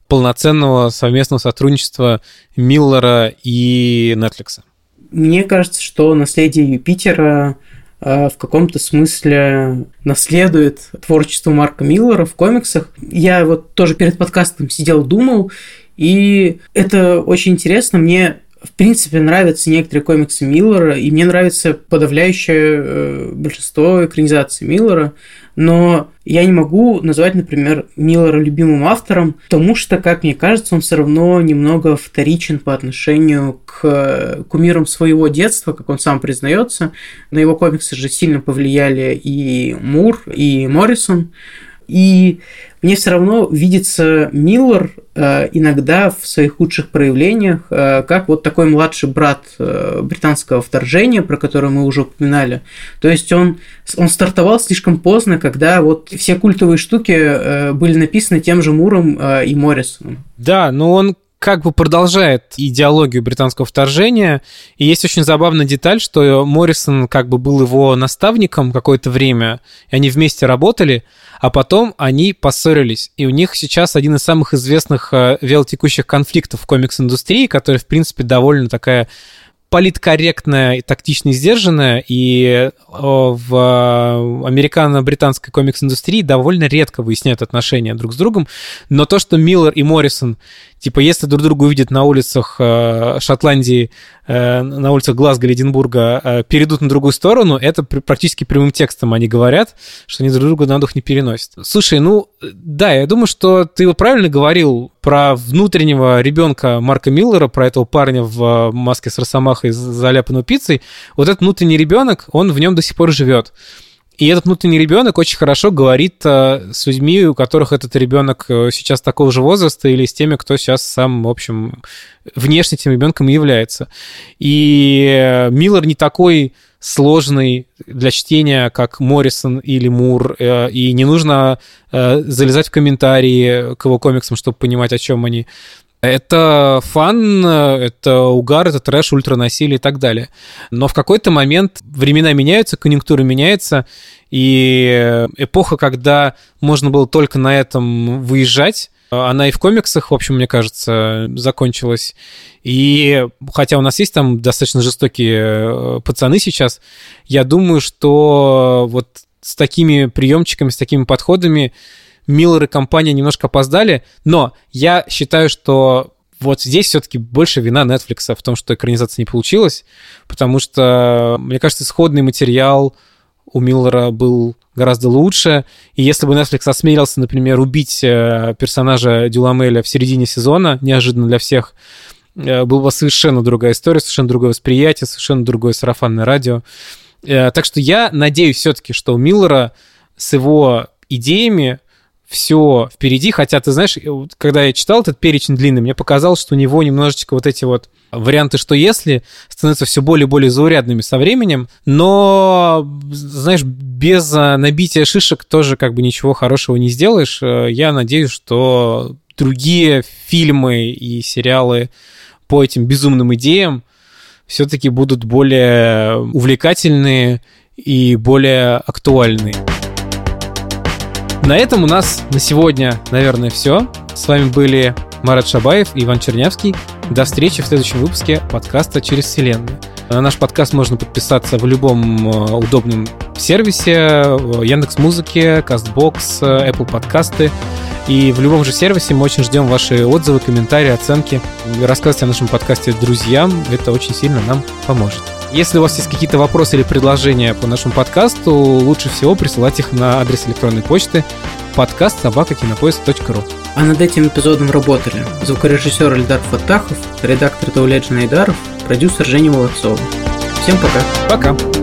полноценного совместного сотрудничества Миллера и Netflix? Мне кажется, что «Наследие Юпитера» в каком-то смысле наследует творчество Марка Миллера в комиксах. Я вот тоже перед подкастом сидел, думал, и это очень интересно. Мне, в принципе, нравятся некоторые комиксы Миллера, и мне нравится подавляющее большинство экранизаций Миллера, но я не могу назвать, например, Миллера любимым автором, потому что, как мне кажется, он все равно немного вторичен по отношению к кумирам своего детства, как он сам признается. На его комиксы же сильно повлияли и Мур, и Моррисон. И мне все равно видится Миллер э, иногда в своих худших проявлениях, э, как вот такой младший брат э, британского вторжения, про которое мы уже упоминали. То есть он, он стартовал слишком поздно, когда вот все культовые штуки э, были написаны тем же Муром э, и Моррисоном. Да, но он как бы продолжает идеологию британского вторжения. И есть очень забавная деталь, что Моррисон как бы был его наставником какое-то время, и они вместе работали, а потом они поссорились. И у них сейчас один из самых известных вялотекущих конфликтов в комикс-индустрии, которая, в принципе, довольно такая политкорректная и тактично сдержанная, и в американо-британской комикс-индустрии довольно редко выясняют отношения друг с другом. Но то, что Миллер и Моррисон, типа, если друг друга увидят на улицах Шотландии, на улицах Глазго или Эдинбурга, перейдут на другую сторону, это практически прямым текстом они говорят, что они друг друга на дух не переносят. Слушай, ну, да, я думаю, что ты вот правильно говорил про внутреннего ребенка Марка Миллера, про этого парня в маске с росомахой, заляпанной пиццей. Вот этот внутренний ребенок, он в нем до сих пор живет. И этот внутренний ребенок очень хорошо говорит а, с людьми, у которых этот ребенок сейчас такого же возраста, или с теми, кто сейчас сам, в общем, внешне этим ребенком и является. И Миллер не такой сложный для чтения, как Моррисон или Мур, и не нужно залезать в комментарии к его комиксам, чтобы понимать, о чем они. Это фан, это угар, это трэш, ультранасилие и так далее. Но в какой-то момент времена меняются, конъюнктура меняется, и эпоха, когда можно было только на этом выезжать, она и в комиксах, в общем, мне кажется, закончилась. И хотя у нас есть там достаточно жестокие пацаны сейчас, я думаю, что вот с такими приемчиками, с такими подходами Миллер и компания немножко опоздали, но я считаю, что вот здесь все-таки больше вина Netflix в том, что экранизация не получилась, потому что, мне кажется, исходный материал у Миллера был гораздо лучше, и если бы Netflix осмелился, например, убить персонажа Дюламеля в середине сезона, неожиданно для всех, была бы совершенно другая история, совершенно другое восприятие, совершенно другое сарафанное радио. Так что я надеюсь все-таки, что у Миллера с его идеями все впереди, хотя, ты знаешь, когда я читал этот перечень длинный, мне показалось, что у него немножечко вот эти вот варианты «что если» становятся все более и более заурядными со временем, но, знаешь, без набития шишек тоже как бы ничего хорошего не сделаешь. Я надеюсь, что другие фильмы и сериалы по этим безумным идеям все-таки будут более увлекательные и более актуальные. На этом у нас на сегодня, наверное, все. С вами были Марат Шабаев и Иван Чернявский. До встречи в следующем выпуске подкаста «Через вселенную». На наш подкаст можно подписаться в любом удобном сервисе: Яндекс.Музыке, Кастбокс, Apple подкасты. И в любом же сервисе мы очень ждем ваши отзывы, комментарии, оценки. Рассказывайте о нашем подкасте друзьям. Это очень сильно нам поможет. Если у вас есть какие-то вопросы или предложения по нашему подкасту, лучше всего присылать их на адрес электронной почты подкаст собака кинопоиск точка ру. А над этим эпизодом работали звукорежиссер Эльдар Фаттахов, редактор Даулет Жнайдаров, продюсер Женя Молодцова. Всем пока. Пока.